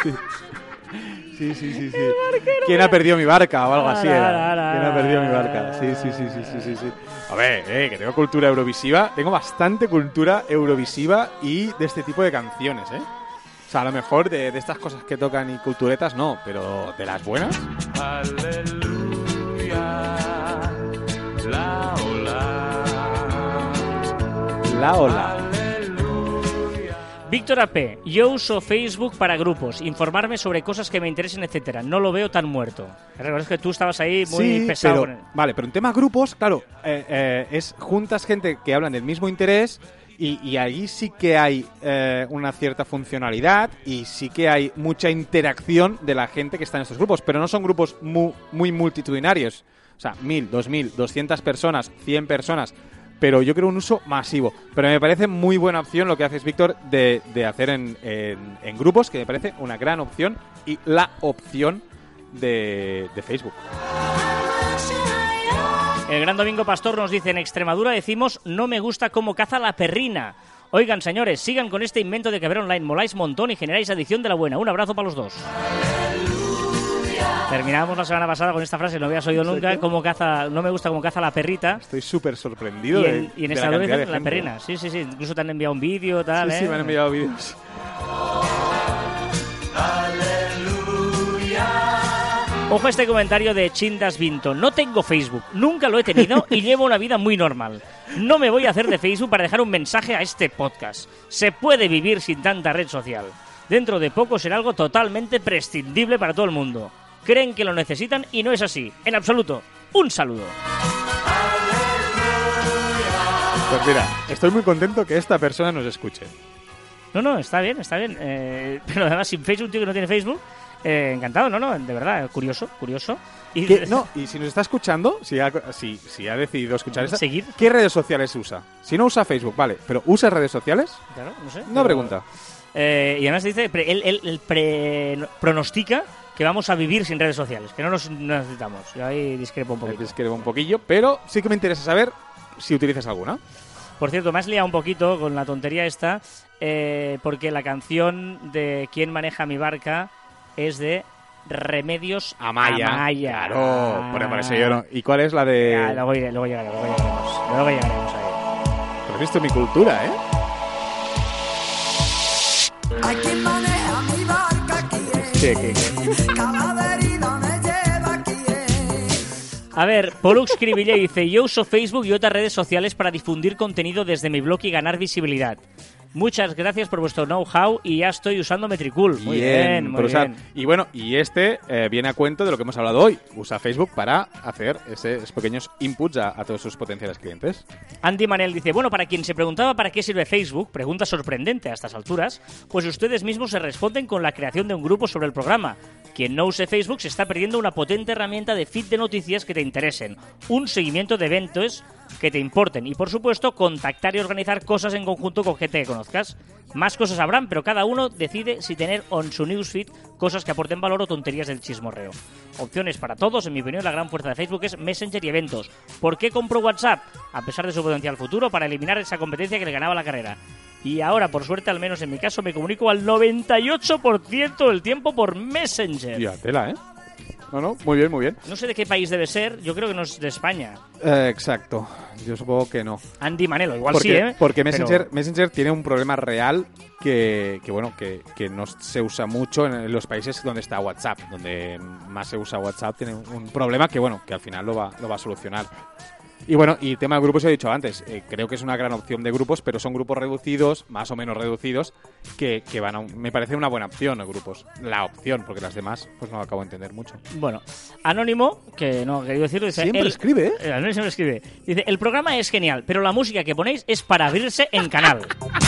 Sí. ¿Quién ha perdido mi barca? O algo así era. ¿Quién ha perdido mi barca? Sí. A ver, que tengo cultura eurovisiva, tengo bastante cultura eurovisiva y de este tipo de canciones, ¿eh? O sea, a lo mejor de estas cosas que tocan y culturetas no, pero de las buenas. La ola. Víctor AP, yo uso Facebook para grupos, informarme sobre cosas que me interesen, etcétera. No lo veo tan muerto. Recuerdo que tú estabas ahí muy pesado. Pero, con él. vale, pero en tema grupos, claro, es juntas gente que hablan del mismo interés y ahí sí que hay una cierta funcionalidad y sí que hay mucha interacción de la gente que está en estos grupos, pero no son grupos muy multitudinarios. O sea, 1000, 2000, 200 personas, 100 personas, pero yo creo un uso masivo. Pero me parece muy buena opción lo que haces, Víctor, de hacer en grupos, que me parece una gran opción y la opción de Facebook. El Gran Domingo Pastor nos dice: en Extremadura decimos no me gusta cómo caza la perrina. Oigan, señores, sigan con este invento de Caber Online. Moláis montón y generáis adicción de la buena. Un abrazo para los dos. Terminamos la semana pasada con esta frase, no habías oído nunca, no me gusta cómo caza la perrita. Estoy súper sorprendido Y de en la Extremadura cantidad de dicen la gente. perrina. Sí. Incluso te han enviado un vídeo, tal, Sí, me han enviado vídeos. Ojo a este comentario de Chindas Vinto. No tengo Facebook, nunca lo he tenido y llevo una vida muy normal. No me voy a hacer de Facebook para dejar un mensaje a este podcast. Se puede vivir sin tanta red social. Dentro de poco será algo totalmente prescindible para todo el mundo. Creen que lo necesitan y no es así. En absoluto. Un saludo. Pues mira, estoy muy contento que esta persona nos escuche. No, está bien. Pero además, sin Facebook, un tío que no tiene Facebook, encantado, de verdad, curioso. Y Y si nos está escuchando, si ha decidido escuchar esta, seguir. ¿qué redes sociales usa? Si no usa Facebook, vale, pero ¿usa redes sociales? Claro, no sé. Una pregunta. Y además dice, él pronostica que vamos a vivir sin redes sociales, que no nos necesitamos. Yo ahí discrepo un poquito. Discrepo un poquillo, pero sí que me interesa saber si utilizas alguna. Por cierto, me has liado un poquito con la tontería esta, porque la canción de ¿Quién maneja mi barca? Es de Remedios Amaya. Claro, por eso yo no. ¿Y cuál es la de...? Luego llegaremos ahí. Pero has visto mi cultura, ¿eh? Hay quien maneja mi barca, ¿quién? Cada herida me lleva, ¿quién? A ver, Pollux Cribille dice: yo uso Facebook y otras redes sociales para difundir contenido desde mi blog y ganar visibilidad. Muchas gracias por vuestro know-how y ya estoy usando Metricool. Muy bien. Y bueno, viene a cuento de lo que hemos hablado hoy. Usa Facebook para hacer esos pequeños inputs a todos sus potenciales clientes. Andy Manel dice: bueno, para quien se preguntaba para qué sirve Facebook, pregunta sorprendente a estas alturas, pues ustedes mismos se responden con la creación de un grupo sobre el programa. Quien no use Facebook se está perdiendo una potente herramienta de feed de noticias que te interesen, un seguimiento de eventos que te importen y, por supuesto, contactar y organizar cosas en conjunto con gente que conozcas. Más cosas habrán, pero cada uno decide si tener en su newsfeed cosas que aporten valor o tonterías del chismorreo. Opciones para todos. En mi opinión, la gran fuerza de Facebook es Messenger y eventos. ¿Por qué compró WhatsApp? A pesar de su potencial futuro, para eliminar esa competencia que le ganaba la carrera. Y ahora, por suerte, al menos en mi caso, me comunico al 98% del tiempo por Messenger. Ya, tela, ¿eh? No, muy bien. No sé de qué país debe ser, yo creo que no es de España. Exacto, yo supongo que no. Andy Manelo, igual sí, ¿eh? Porque Messenger tiene un problema real que no se usa mucho en los países donde está WhatsApp. Donde más se usa WhatsApp tiene un problema que al final lo va a solucionar. Y bueno, y tema de grupos he dicho antes, creo que es una gran opción de grupos, pero son grupos reducidos, más o menos reducidos, que me parece una buena opción los grupos. La opción, porque las demás pues no lo acabo de entender mucho. Bueno, Anónimo, que no ha querido decirlo, dice... Siempre escribe, ¿eh? Anónimo siempre escribe. Dice: el programa es genial, pero la música que ponéis es para abrirse en canal.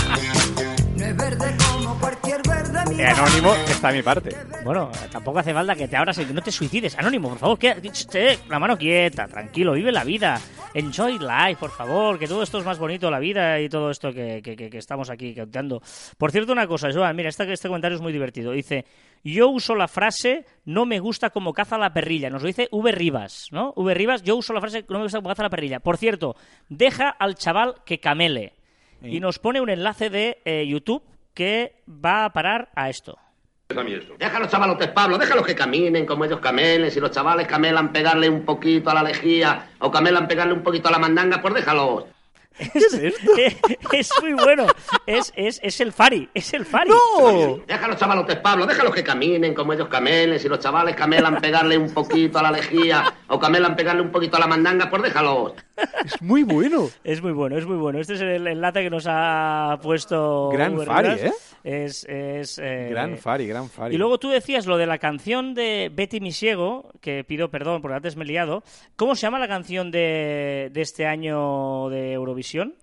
No es verde como cualquier verde. Anónimo está a mi parte. Bueno, tampoco hace falta que te abras y que no te suicides. Anónimo, por favor, la mano quieta, tranquilo, vive la vida. Enjoy life, por favor, que todo esto es más bonito, la vida y todo esto que estamos aquí contando. Por cierto, una cosa, Joan, mira, este comentario es muy divertido. Dice: yo uso la frase no me gusta como caza la perrilla. Nos lo dice V. Rivas, ¿no? V. Rivas, yo uso la frase no me gusta como caza la perrilla. Por cierto, deja al chaval que camele. Y nos pone un enlace de YouTube que va a parar a esto. Deja a los chavalotes, Pablo, déjalos que caminen como ellos camelen. Si los chavales camelan pegarle un poquito a la lejía o camelan pegarle un poquito a la mandanga, pues déjalos. ¿Qué es esto? Es muy bueno. Es el Fari. Es el Fari. ¡No! Deja a los chavalotes, Pablo, déjalos que caminen como ellos camelen. Si los chavales camelan pegarle un poquito a la lejía o camelan pegarle un poquito a la mandanga, pues déjalos. Es muy bueno. Es muy bueno. Este es el enlace que nos ha puesto... Gran Fari, ¿eh? Gran Fari. Y luego tú decías lo de la canción de Betty Misiego, que pido perdón porque antes me he liado. ¿Cómo se llama la canción de este año de Eurovisión?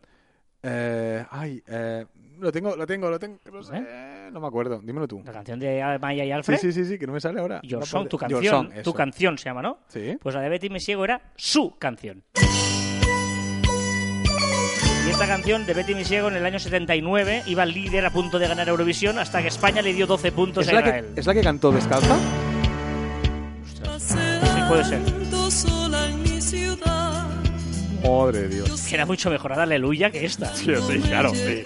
Lo tengo, no sé, no me acuerdo, dímelo tú. La canción de Maya y Alfred. Sí, que no me sale ahora. Your Song, tu canción. Tu canción se llama, ¿no? Sí. Pues la de Betty Misiego era su canción. Y esta canción de Betty Misiego en el año 79 iba al líder a punto de ganar Eurovisión hasta que España le dio 12 puntos a Israel. ¿Es la que cantó Descalza? Ostras. Sí, puede ser. Madre de Dios. Era mucho mejor dar Aleluya que esta. Sí, claro, sí.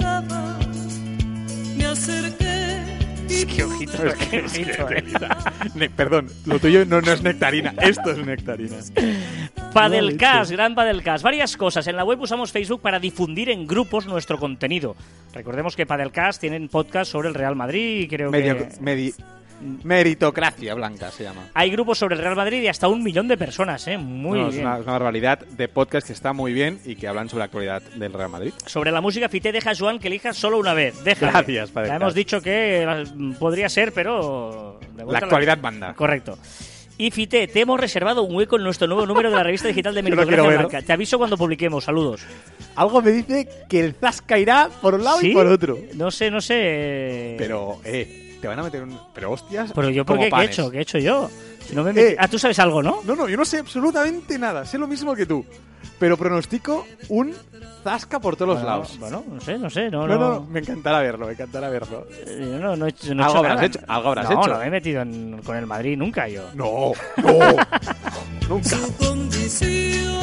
Es que ojito, Perdón, lo tuyo no es nectarina, esto es nectarina. Padelcast, gran Padelcast. Varias cosas. En la web usamos Facebook para difundir en grupos nuestro contenido. Recordemos que Padelcast tienen podcast sobre el Real Madrid y creo que... Meritocracia blanca se llama. Hay grupos sobre el Real Madrid y hasta 1 millón de personas, muy bien. Es una barbaridad de podcast que está muy bien y que hablan sobre la actualidad del Real Madrid. Sobre la música, Fité deja a Joan que elija solo una vez. Déjale. Gracias, padre. Ya hemos dicho que podría ser, pero... La actualidad manda. Correcto. Y Fite, te hemos reservado un hueco en nuestro nuevo número de la revista digital de Yo lo Meritocracia quiero ver. Blanca. Te aviso cuando publiquemos. Saludos. Algo me dice que el Zasca irá por un lado ¿Sí? y por otro. No sé. Pero, te van a meter un... Pero hostias, Pero yo, ¿por como qué? ¿Qué he panes. hecho? ¿Qué he hecho yo? Si no me tú sabes algo, ¿no? No, yo no sé absolutamente nada. Sé lo mismo que tú. Pero pronostico un Zasca por todos los lados. Bueno, no sé. No, me encantará verlo. Yo no he hecho Algo habrás nada. hecho, algo habrás no, hecho. No me he metido con el Madrid nunca yo. No. Nunca. Su condición,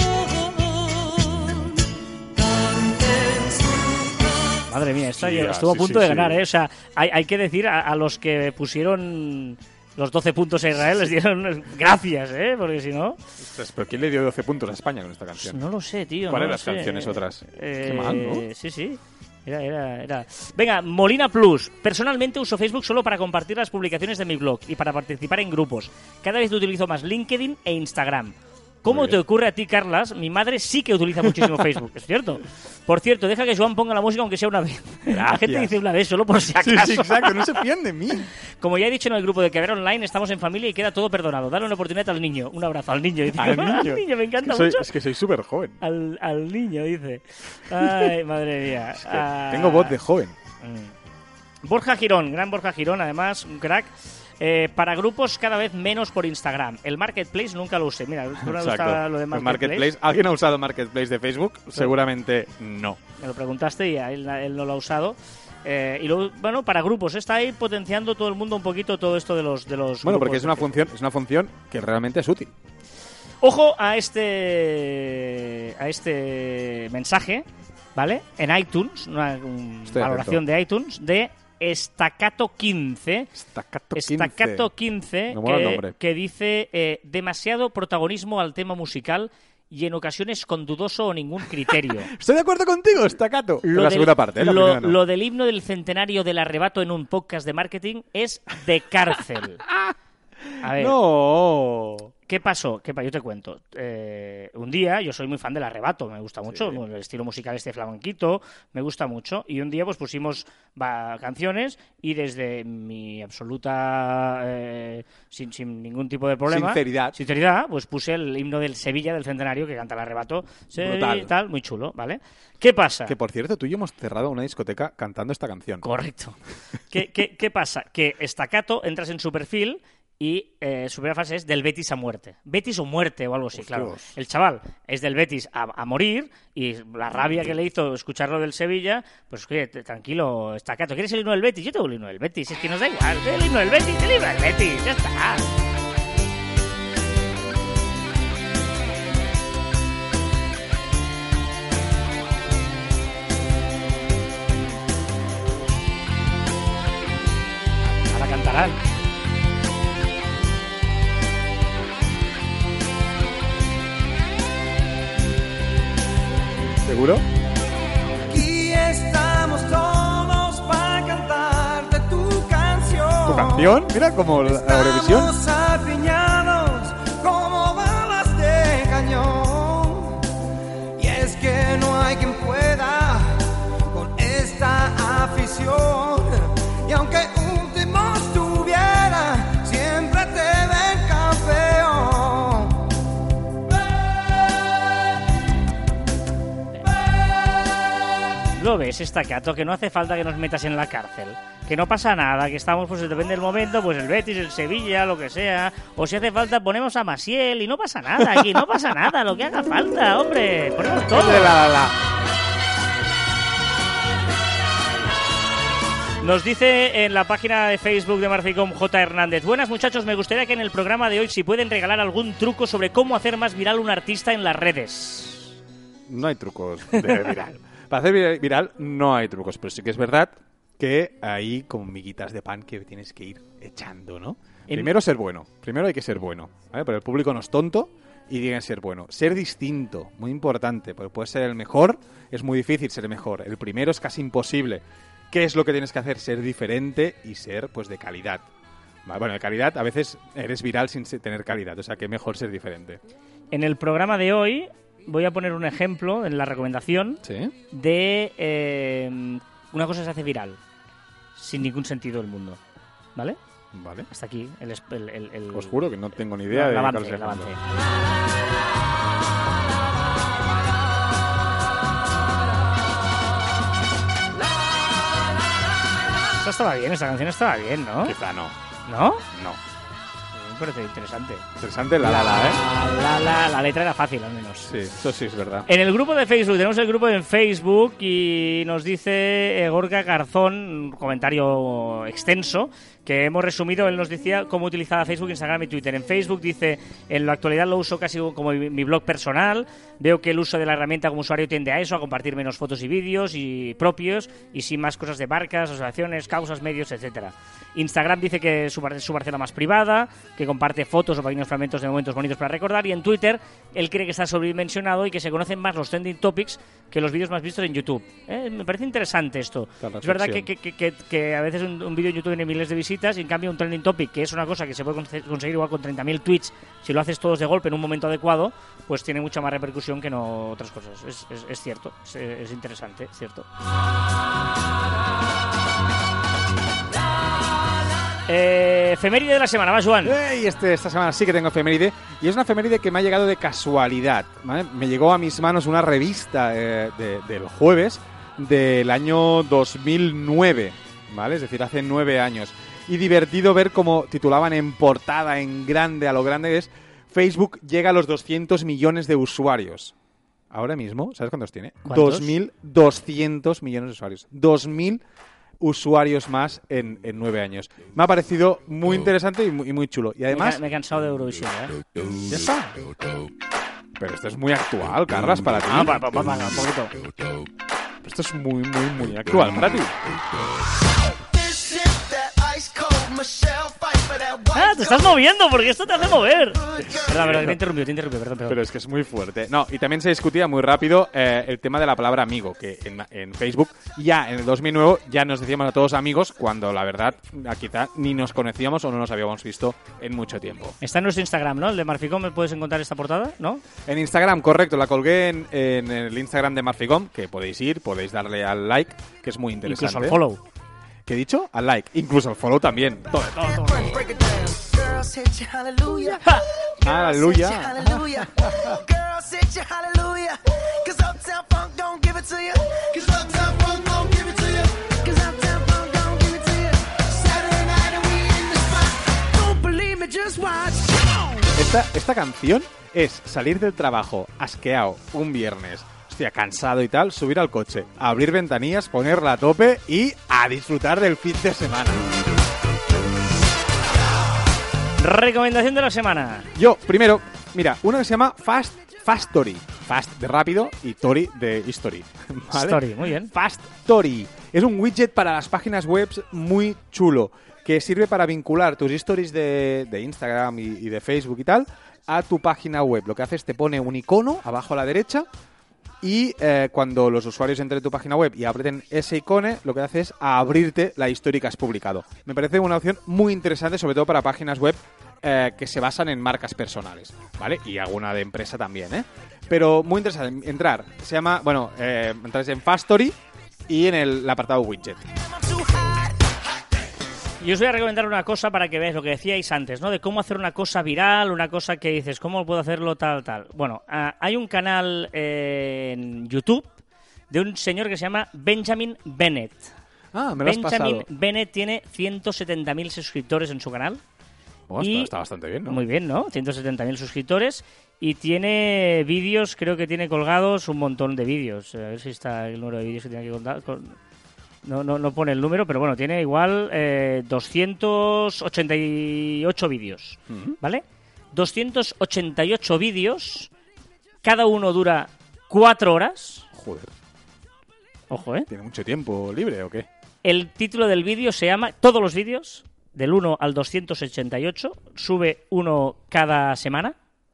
canten su Madre mía, esta Sí, ya estuvo a sí, punto sí, de ganar, sí. ¿eh? O sea, hay que decir a los que pusieron los 12 puntos a Israel, les dieron gracias, ¿eh? Porque si no... Ostras, ¿pero quién le dio 12 puntos a España con esta canción? No lo sé, tío. ¿Cuáles no eran lo las sé. canciones otras? Qué mal, ¿no? Sí. Era. Venga, Molina Plus. Personalmente uso Facebook solo para compartir las publicaciones de mi blog y para participar en grupos. Cada vez utilizo más LinkedIn e Instagram. ¿Cómo Muy te bien. ocurre a ti, Carlas? Mi madre sí que utiliza muchísimo Facebook, ¿es cierto? Por cierto, deja que Joan ponga la música aunque sea una vez. La gente Gracias. dice una vez solo por si Sí, acaso. sí, exacto. No se fían de mí. Como ya he dicho en el grupo de Que Ver Online, estamos en familia y queda todo perdonado. Dale una oportunidad al niño. Un abrazo al niño. Dice, Al niño. me encanta Es que soy- mucho. Es que soy súper joven. Al niño, dice. Ay, madre mía. Tengo voz de joven. Borja Girón, gran Borja Girón, además, un crack. Para grupos cada vez menos por Instagram. El Marketplace nunca lo usé. Mira, ¿tú me gusta lo de El Marketplace? ¿Alguien ha usado Marketplace de Facebook? Seguramente no. Me lo preguntaste y él no lo ha usado. Y luego, bueno, para grupos, está ahí potenciando todo el mundo un poquito todo esto de los Bueno, grupos porque es de una Facebook. función que realmente es útil. Ojo a este mensaje, ¿vale? En iTunes, una Estoy valoración de iTunes de Estacato 15. Estacato 15 Me mola el nombre. que dice demasiado protagonismo al tema musical y en ocasiones con dudoso o ningún criterio. Estoy de acuerdo contigo, Staccato. En la segunda parte, la primera no. Lo del himno del centenario del arrebato en un podcast de marketing es de cárcel. A ver, No. ¿qué pasó? Yo te cuento. Un día, yo soy muy fan del arrebato, me gusta mucho, el estilo musical este flamenquito, me gusta mucho. Y un día pues pusimos canciones y desde mi absoluta, sin ningún tipo de problema, sinceridad, pues puse el himno del Sevilla, del centenario, que canta el arrebato. Brutal. Tal, muy chulo, ¿vale? ¿Qué pasa? Que por cierto, tú y yo hemos cerrado una discoteca cantando esta canción. Correcto. ¿Qué pasa? Que Estacato, entras en su perfil y su primera frase es del Betis a muerte. Betis o muerte o algo así, Hostias. claro. El chaval es del Betis a morir y la rabia que le hizo escucharlo del Sevilla, pues oye, tranquilo, Estacato, ¿quieres el himno del Betis? Yo tengo el himno del Betis, es que nos da igual, el himno del Betis, ya está. Ahora cantarán. ¿Seguro? Aquí estamos todos para cantarte tu canción. ¿Tu canción? Mira, como la Eurovisión. Estamos apiñados como balas de cañón. Y es que no hay quien pueda con esta afición. Y aunque último estuviera, siempre te ven campeón. Lo ves, Estacato, que no hace falta que nos metas en la cárcel, que no pasa nada, que estamos, pues depende del momento, pues el Betis, el Sevilla, lo que sea, o si hace falta ponemos a Maciel y no pasa nada, aquí no pasa nada, lo que haga falta, hombre, ponemos todo. Nos dice en la página de Facebook de Marficom J. Hernández: buenas muchachos, me gustaría que en el programa de hoy si pueden regalar algún truco sobre cómo hacer más viral un artista en las redes. No hay trucos de viral. Para hacer viral no hay trucos, pero sí que es verdad que hay como miguitas de pan que tienes que ir echando, ¿no? Primero ser bueno. Primero hay que ser bueno, ¿vale? Pero el público no es tonto y tiene que ser bueno. Ser distinto, muy importante, porque puedes ser el mejor, es muy difícil ser el mejor. El primero es casi imposible. ¿Qué es lo que tienes que hacer? Ser diferente y ser, pues, de calidad. Bueno, de calidad, a veces eres viral sin tener calidad, o sea que mejor ser diferente. En el programa de hoy voy a poner un ejemplo en la recomendación ¿Sí? de una cosa que se hace viral sin ningún sentido del mundo, ¿vale? Vale. Hasta aquí. Os juro que no tengo ni idea de el cuál avance, es el el avance. Esta estaba bien, esta canción estaba bien, ¿no? Quizá no. ¿No? No. Me parece interesante. Interesante ¿eh? La letra era fácil, al menos. Sí, eso sí es verdad. En el grupo de Facebook, tenemos el grupo en Facebook y nos dice Gorka Garzón, un comentario extenso, que hemos resumido. Él nos decía cómo utilizaba Facebook, Instagram y Twitter. En Facebook dice, en la actualidad lo uso casi como mi blog personal. Veo que el uso de la herramienta como usuario tiende a eso, a compartir menos fotos y vídeos y propios, y sin más cosas de marcas, asociaciones, causas, medios, etcétera. Instagram dice que es su parcela más privada, que comparte fotos o pequeños fragmentos de momentos bonitos para recordar, y en Twitter él cree que está sobredimensionado y que se conocen más los trending topics que los vídeos más vistos en YouTube. Me parece interesante esto. Es verdad que a veces un vídeo en YouTube tiene miles de visitas y en cambio un trending topic, que es una cosa que se puede conseguir igual con 30.000 tweets, si lo haces todos de golpe en un momento adecuado, pues tiene mucha más repercusión que no otras cosas. Es cierto, es interesante, es cierto. Efeméride de la semana, va, Joan. Esta semana sí que tengo efeméride, y es una efeméride que me ha llegado de casualidad, ¿vale? Me llegó a mis manos una revista del jueves del año 2009, ¿vale? Es decir, hace 9 años. Y divertido ver cómo titulaban en portada, en grande, a lo grande, es Facebook llega a los 200 millones de usuarios. Ahora mismo, ¿sabes cuántos tiene? ¿Cuántos? 2.200 millones de usuarios. 2.000 usuarios más en 9 años. Me ha parecido muy interesante y muy chulo. Y además... Me he cansado de Eurovisión, ¿eh? Ya está. Pero esto es muy actual, Carlas, para ti. Un poquito. Esto es muy actual para ti. Te estás moviendo porque esto te hace mover. Perdón, te interrumpió, perdón. Pero es que es muy fuerte. No, y también se discutía muy rápido el tema de la palabra amigo, que en Facebook ya en el 2009 ya nos decíamos a todos amigos, cuando la verdad quizá ni nos conocíamos o no nos habíamos visto en mucho tiempo. Está en nuestro Instagram, ¿no? El de Marficom, ¿me puedes encontrar esta portada? ¿No? En Instagram, correcto, la colgué en el Instagram de Marficom, que podéis ir, podéis darle al like, que es muy interesante. Incluso al follow. ¿Qué he dicho? Al like. Incluso al follow también. Todo. Aleluya. Esta canción es salir del trabajo asqueado un viernes, cansado y tal, subir al coche, abrir ventanillas, ponerla a tope y a disfrutar del fin de semana. Recomendación de la semana. Yo, primero, mira, una que se llama Fastory. Fast de rápido y Tory de history. ¿Vale? Story, muy bien. Fastory. Es un widget para las páginas web muy chulo, que sirve para vincular tus stories de Instagram y de Facebook y tal a tu página web. Lo que hace es te pone un icono abajo a la derecha. Y cuando los usuarios entren en tu página web y aprieten ese icono, lo que hace es abrirte la historia que has publicado. Me parece una opción muy interesante, sobre todo para páginas web que se basan en marcas personales, ¿vale? Y alguna de empresa también, ¿eh? Pero muy interesante. Entrar, se llama, entráis en Fastory y en el apartado widget. Yo os voy a recomendar una cosa para que veáis lo que decíais antes, ¿no? De cómo hacer una cosa viral, una cosa que dices, ¿cómo puedo hacerlo tal? Bueno, hay un canal en YouTube de un señor que se llama Benjamin Bennett. Me lo has pasado. Benjamin Bennett tiene 170.000 suscriptores en su canal. Está bastante bien, ¿no? Muy bien, ¿no? 170.000 suscriptores. Y tiene vídeos, creo que tiene colgados un montón de vídeos. A ver si está el número de vídeos que tiene que contar. No pone el número, pero bueno, tiene igual 288 vídeos, ¿vale? 288 vídeos, cada uno dura 4 horas. Joder. Ojo, ¿eh? ¿Tiene mucho tiempo libre o qué? El título del vídeo se llama, todos los vídeos, del 1 al 288, sube uno cada semana.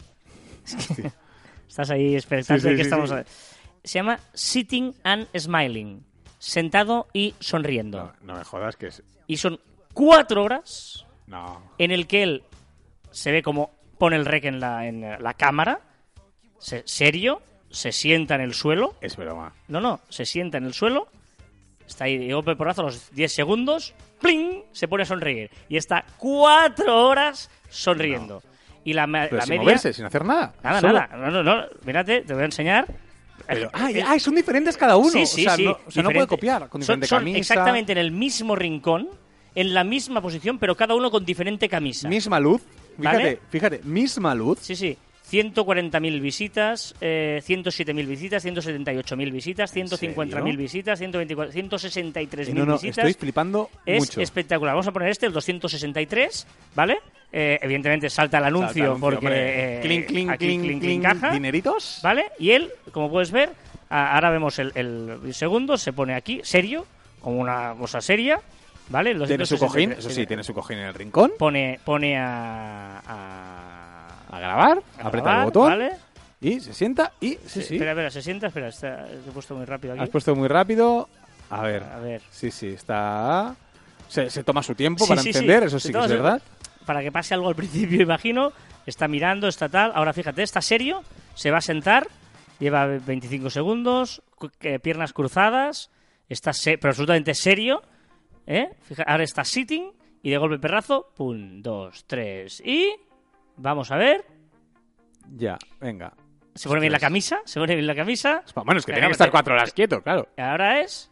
Estás ahí expectante de que estamos... Sí. Se llama Sitting and Smiling. Sentado y sonriendo. No me jodas que es... Y son 4 horas en el que él se ve como pone el rec en la cámara, serio, se sienta en el suelo. Es broma. No, se sienta en el suelo Está ahí de golpe de porrazo a los 10 segundos, ¡pling! Se pone a sonreír. Y está 4 horas sonriendo. Y la Pero sin media... moverse, sin hacer nada. Nada, Solo. nada. No. Mírate, te voy a enseñar. Pero, son diferentes cada uno. Sí. No puede Diferente. copiar. Con diferente Son camisa. exactamente en el mismo rincón, en la misma posición, pero cada uno con diferente camisa. Misma luz. ¿Vale? Fíjate, misma luz. Sí. 140.000 visitas, 107.000 visitas, 178.000 visitas, 150.000 visitas, 163.000 No, visitas. estoy flipando Es mucho. espectacular. Vamos a poner el 263, ¿vale? Evidentemente salta el anuncio porque clink, aquí caja, dineritos. ¿vale? Y él, como puedes ver, ahora vemos el segundo, se pone aquí, serio, como una cosa seria, ¿vale? El Tiene su 263, cojín, eso sí, tiene su cojín en el rincón. Pone A grabar, aprieta el botón ¿vale? y se sienta y sí. Espera, se sienta, lo he puesto muy rápido aquí. Has puesto muy rápido. A ver. Sí, está... Se toma su tiempo para encender, eso sí que es verdad. Para que pase algo al principio, imagino. Está mirando, está tal. Ahora fíjate, está serio, se va a sentar, lleva 25 segundos, piernas cruzadas, está pero absolutamente serio. Ahora está sitting y de golpe perrazo, pum, 2, 3 y... Vamos a ver. Ya, venga. Se pone bien la camisa, Bueno, es que tiene que estar 4 horas quieto, claro. Ahora es...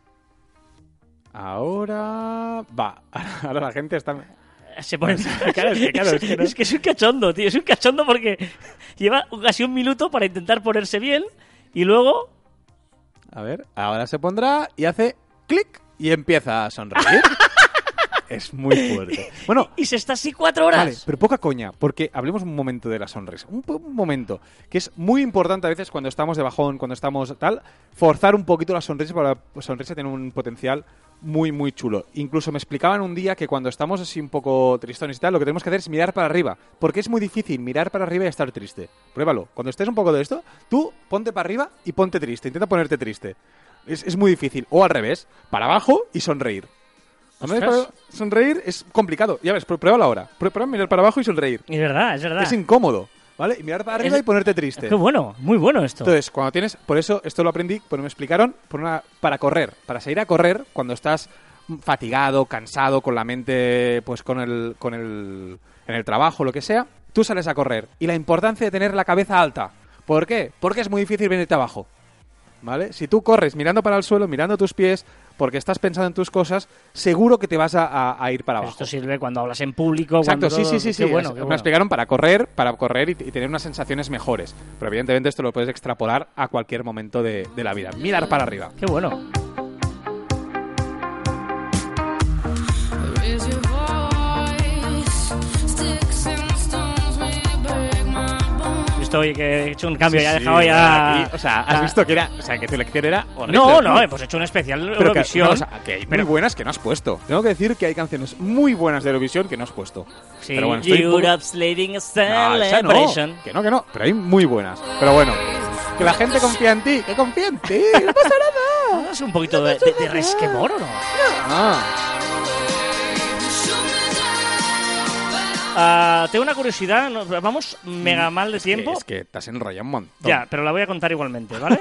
Ahora la gente está... Se pone... Claro, es que no. Es que es un cachondo, tío. Es un cachondo porque lleva casi un minuto para intentar ponerse bien y luego... A ver, ahora se pondrá y hace clic y empieza a sonreír. Es muy fuerte. Bueno, y se está así 4 horas. Vale, pero poca coña, porque hablemos un momento de la sonrisa. Un momento, que es muy importante a veces cuando estamos de bajón, cuando estamos tal, forzar un poquito la sonrisa, para la sonrisa tiene un potencial muy, muy chulo. Incluso me explicaban un día que cuando estamos así un poco tristones y tal, lo que tenemos que hacer es mirar para arriba, porque es muy difícil mirar para arriba y estar triste. Pruébalo. Cuando estés un poco de esto, tú ponte para arriba y ponte triste. Intenta ponerte triste. Es muy difícil. O al revés, para abajo y sonreír. Sonreír es complicado. Ya ves, pruébalo ahora. Prueba mirar para abajo y sonreír. Es verdad. Es incómodo, ¿vale? Y mirar para arriba y ponerte triste. Qué bueno, muy bueno esto. Entonces, cuando tienes... Por eso, esto lo aprendí, porque me explicaron, para correr. Para salir a correr, cuando estás fatigado, cansado, con la mente, pues en el trabajo, lo que sea, tú sales a correr. Y la importancia de tener la cabeza alta. ¿Por qué? Porque es muy difícil venirte abajo. ¿Vale? Si tú corres mirando para el suelo, mirando tus pies, porque estás pensando en tus cosas, seguro que te vas a ir para abajo. Esto sirve cuando hablas en público. Exacto, cuando sí. Qué bueno. Me explicaron para correr y tener unas sensaciones mejores. Pero evidentemente esto lo puedes extrapolar a cualquier momento de la vida. Mirar para arriba. Qué bueno. Oye, que he hecho un cambio, ya he dejado ya... Aquí, o sea, has visto que que tu lección era horrible. No, hemos hecho un especial Eurovisión. Que hay muy buenas que no has puesto. Tengo que decir que hay canciones muy buenas de Eurovisión que no has puesto. Sí, pero bueno, Europe's Leading Celebration. Que no, pero hay muy buenas. Pero bueno, que la gente confía en ti, que confía en ti, no pasa nada. ¿Es un poquito de resquemor o no? Tengo una curiosidad, vamos mega mal de tiempo. Es que te has enrollado un montón. Ya, pero la voy a contar igualmente, ¿vale?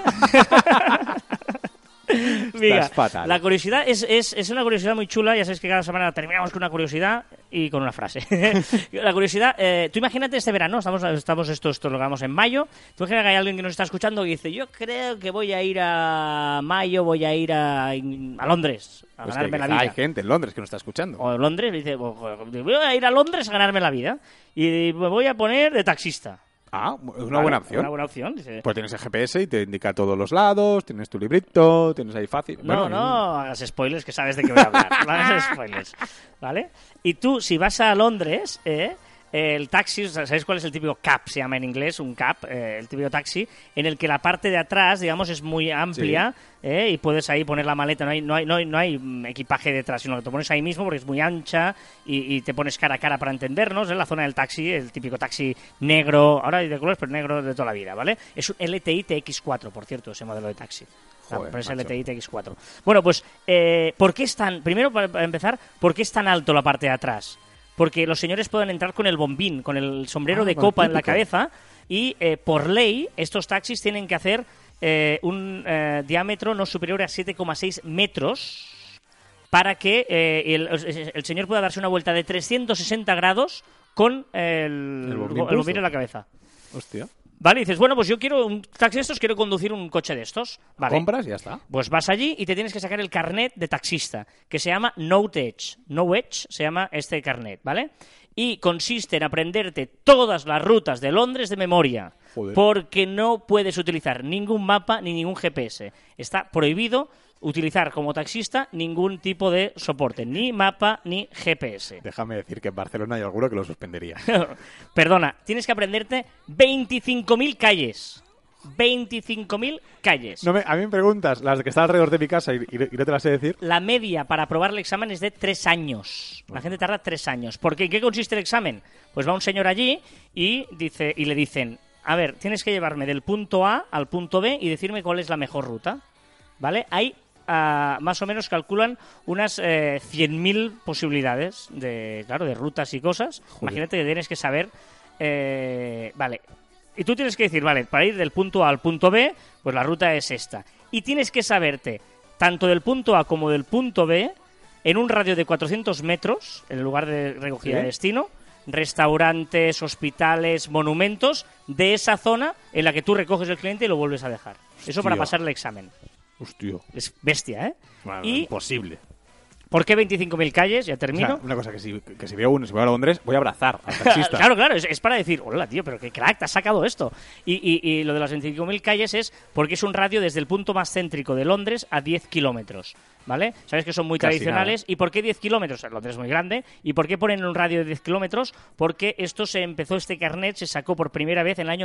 Mira, fatal. La curiosidad es una curiosidad muy chula. Ya sabes que cada semana terminamos con una curiosidad y con una frase. La curiosidad, tú imagínate este verano, estamos esto lo grabamos en mayo. Tú imagínate que hay alguien que nos está escuchando y dice: yo creo que voy a ir a mayo, voy a ir a Londres a ganarme la vida. Hay gente en Londres que nos está escuchando. O en Londres, dice: voy a ir a Londres a ganarme la vida y me voy a poner de taxista. Es una buena opción. Una buena opción, dice. Pues tienes el GPS y te indica todos los lados, tienes tu librito, tienes ahí fácil. No hagas spoilers, que sabes de qué voy a hablar. No hagas spoilers, ¿vale? Y tú, si vas a Londres, el taxi, ¿sabéis cuál es el típico cab? Se llama en inglés, un cab, el típico taxi, en el que la parte de atrás, digamos, es muy amplia, y puedes ahí poner la maleta, no hay equipaje detrás, sino que te pones ahí mismo porque es muy ancha y te pones cara a cara para entendernos, en la zona del taxi, el típico taxi negro, ahora hay de colores, pero negro de toda la vida, ¿vale? Es un LTI TX4, por cierto, ese modelo de taxi. Joder, es LTI TX4. Bueno, pues, ¿por qué es tan, primero para empezar, ¿por qué es tan alto la parte de atrás? Porque los señores pueden entrar con el bombín, con el sombrero de copa en la cabeza y por ley estos taxis tienen que hacer un diámetro no superior a 7,6 metros, para que el señor pueda darse una vuelta de 360 grados con el bombín en la cabeza. Hostia. Vale, y dices, bueno, pues yo quiero un taxi de estos, quiero conducir un coche de estos. Vale. Compras y ya está. Pues vas allí y te tienes que sacar el carnet de taxista, que se llama No Edge. No Edge se llama este carnet, ¿vale? Y consiste en aprenderte todas las rutas de Londres de memoria. Joder. Porque no puedes utilizar ningún mapa ni ningún GPS. Está prohibido utilizar como taxista ningún tipo de soporte, ni mapa ni GPS. Déjame decir que en Barcelona hay alguno que lo suspendería. Perdona, tienes que aprenderte 25.000 calles. 25.000 calles. No a mí me preguntas las que están alrededor de mi casa y no te las sé decir. La media para aprobar el examen es de 3 años. La gente tarda 3 años. ¿Por qué? ¿En qué consiste el examen? Pues va un señor allí y le dicen, a ver, tienes que llevarme del punto A al punto B y decirme cuál es la mejor ruta. ¿Vale? Hay más o menos calculan unas 100.000 posibilidades de rutas y cosas. Joder. Imagínate que tienes que saber vale, y tú tienes que decir, vale, para ir del punto A al punto B, pues la ruta es esta, y tienes que saberte tanto del punto A como del punto B en un radio de 400 metros en el lugar de recogida de destino, restaurantes, hospitales, monumentos de esa zona en la que tú recoges el cliente y lo vuelves a dejar. Eso para pasar el examen. Hostia. Es bestia, ¿eh? Bueno, y imposible. ¿Por qué 25.000 calles? Ya termino. O sea, una cosa, que si veo a Londres, voy a abrazar al taxista. Claro, es para decir, hola, tío, pero qué crack, te has sacado esto. Y lo de las 25.000 calles es porque es un radio desde el punto más céntrico de Londres a 10 kilómetros, ¿vale? Sabes que son muy Casi tradicionales. nada. ¿Y por qué 10 kilómetros? Londres es muy grande. ¿Y por qué ponen un radio de 10 kilómetros? Porque este carnet se sacó por primera vez en el año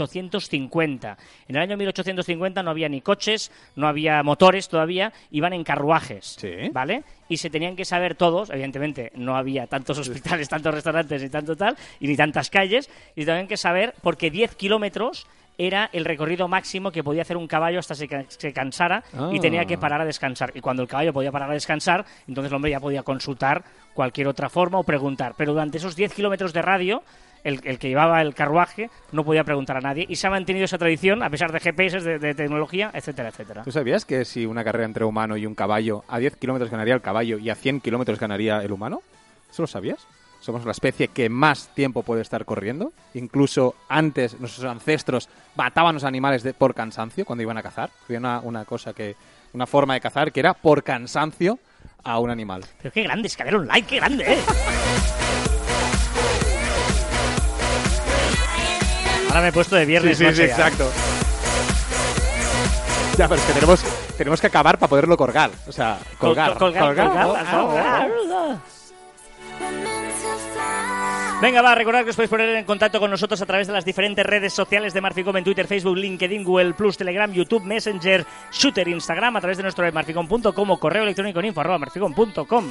1850. En el año 1850 no había ni coches, no había motores todavía, iban en carruajes, Sí. ¿vale? Y se tenían que saber todos, evidentemente no había tantos hospitales, tantos restaurantes y tanto tal, y ni tantas calles, y tenían que saber porque 10 kilómetros era el recorrido máximo que podía hacer un caballo hasta que se cansara y tenía que parar a descansar. Y cuando el caballo podía parar a descansar, entonces el hombre ya podía consultar cualquier otra forma o preguntar. Pero durante esos 10 kilómetros de radio, el que llevaba el carruaje no podía preguntar a nadie y se ha mantenido esa tradición a pesar de GPS, de tecnología, etcétera, etcétera. ¿Tú sabías que si una carrera entre humano y un caballo, a 10 kilómetros ganaría el caballo y a 100 kilómetros ganaría el humano? ¿Eso lo sabías? Somos la especie que más tiempo puede estar corriendo. Incluso antes nuestros ancestros mataban a los animales por cansancio cuando iban a cazar. Había una forma de cazar que era por cansancio a un animal. Pero qué grande, Escalera Online, qué grande, ¿eh? Ahora me he puesto de viernes. Sí, macho, ya. exacto. Ya, pero es que tenemos que acabar para poderlo colgar. O sea, colgar. Venga, recordad que os podéis poner en contacto con nosotros a través de las diferentes redes sociales de Marficom en Twitter, Facebook, LinkedIn, Google+, Telegram, YouTube, Messenger, Shooter, Instagram, a través de nuestro marficom.com o correo electrónico en info@marficom.com.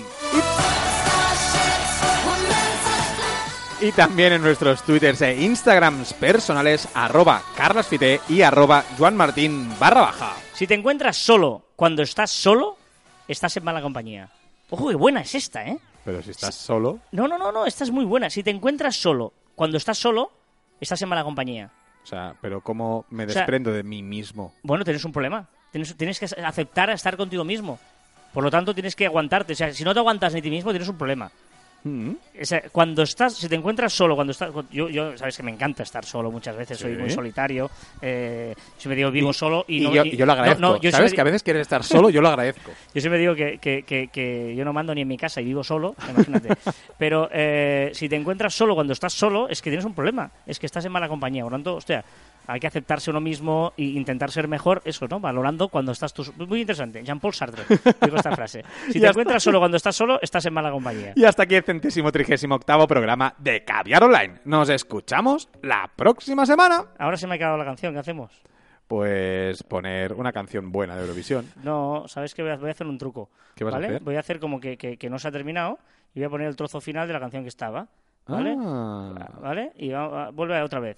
Y también en nuestros Twitters e Instagrams personales, @carlasfite y @juanmartin_. Si te encuentras solo cuando estás solo, estás en mala compañía. Ojo, qué buena es esta, ¿eh? Pero si estás solo... No, esta es muy buena. Si te encuentras solo cuando estás solo, estás en mala compañía. O sea, pero ¿cómo me desprendo de mí mismo? Bueno, tienes un problema. Tienes que aceptar a estar contigo mismo. Por lo tanto, tienes que aguantarte. O sea, si no te aguantas ni ti mismo, tienes un problema. O sea, si te encuentras solo, yo sabes que me encanta estar solo muchas veces, soy muy solitario, siempre digo vivo solo y yo lo agradezco. ¿Sabes que a veces quieres estar solo? Yo lo agradezco. Yo siempre digo que yo no mando ni en mi casa y vivo solo, imagínate. Pero si te encuentras solo cuando estás solo, es que tienes un problema, es que estás en mala compañía. Por lo tanto, hostia, hay que aceptarse uno mismo e intentar ser mejor, eso, ¿no? Valorando cuando estás tú. Muy interesante. Jean-Paul Sartre dijo esta frase. Si te encuentras solo cuando estás solo, estás en mala compañía. Y hasta aquí el 138º programa de Caviar Online. Nos escuchamos la próxima semana. Ahora se me ha quedado la canción, ¿qué hacemos? Pues poner una canción buena de Eurovisión. No, ¿sabes qué? Voy a hacer un truco. ¿Qué vas a hacer? Voy a hacer como que no se ha terminado y voy a poner el trozo final de la canción que estaba. ¿Vale? ¿Vale? Y vuelve otra vez.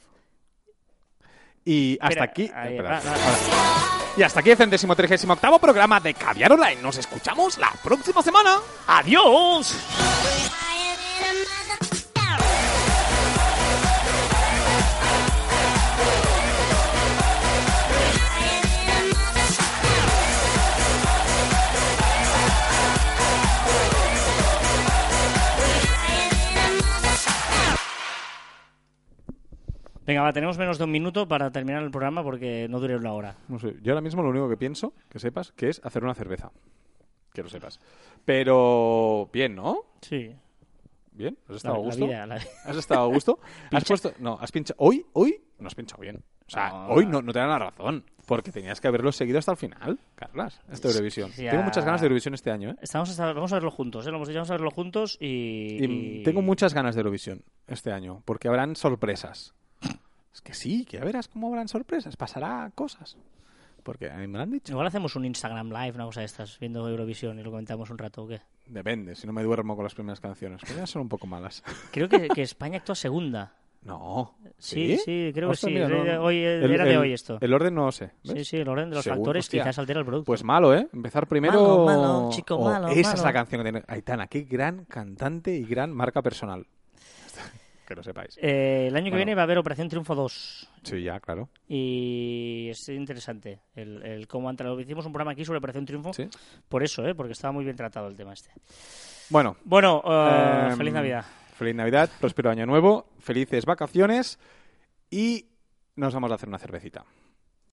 Y hasta Espera, aquí... ahí, espera, va. Y hasta aquí el 138º programa de Caviar Online. Nos escuchamos la próxima semana. ¡Adiós! Venga, va, tenemos menos de un minuto para terminar el programa porque no dure una hora. No sé, yo ahora mismo lo único que pienso, que sepas, que es hacer una cerveza. Que lo sepas. Pero bien, ¿no? Sí. Bien, ¿has estado a La gusto? vida. ¿Has estado a gusto? ¿Has puesto? No, has pinchado. Hoy no has pinchado bien. O sea, No. hoy no te dan la razón. Porque tenías que haberlo seguido hasta el final, Carlas, esta Eurovisión. Sí, Tengo muchas ganas de Eurovisión este año, ¿eh? Vamos a verlo juntos, ¿eh? Lo hemos dicho, vamos a verlo juntos Y tengo muchas ganas de Eurovisión este año, porque habrán sorpresas. Es que sí, que ya verás cómo habrán sorpresas. Pasará cosas. Porque a mí me lo han dicho. Igual hacemos un Instagram Live, una cosa de estas, viendo Eurovisión y lo comentamos un rato, ¿o qué? Depende, si no me duermo con las primeras canciones. Pero ya son un poco malas. Creo que España actúa segunda. No. Sí, creo Ostras, que sí. mira, no. Hoy era de hoy esto. El orden no lo sé. ¿ves? Sí, el orden de los Según, factores hostia. quizás altera el producto. Pues malo, ¿eh? Empezar primero... Malo, chico, malo, Esa malo. es la canción que tiene Aitana. Qué gran cantante y gran marca personal. Que lo sepáis. El año que Bueno. viene va a haber Operación Triunfo 2. Sí, ya, claro. Y es interesante el cómo han tratado. Hicimos un programa aquí sobre Operación Triunfo. Sí. Por eso, porque estaba muy bien tratado el tema este. Bueno. Bueno, feliz Navidad. Feliz Navidad, próspero año nuevo, felices vacaciones y nos vamos a hacer una cervecita.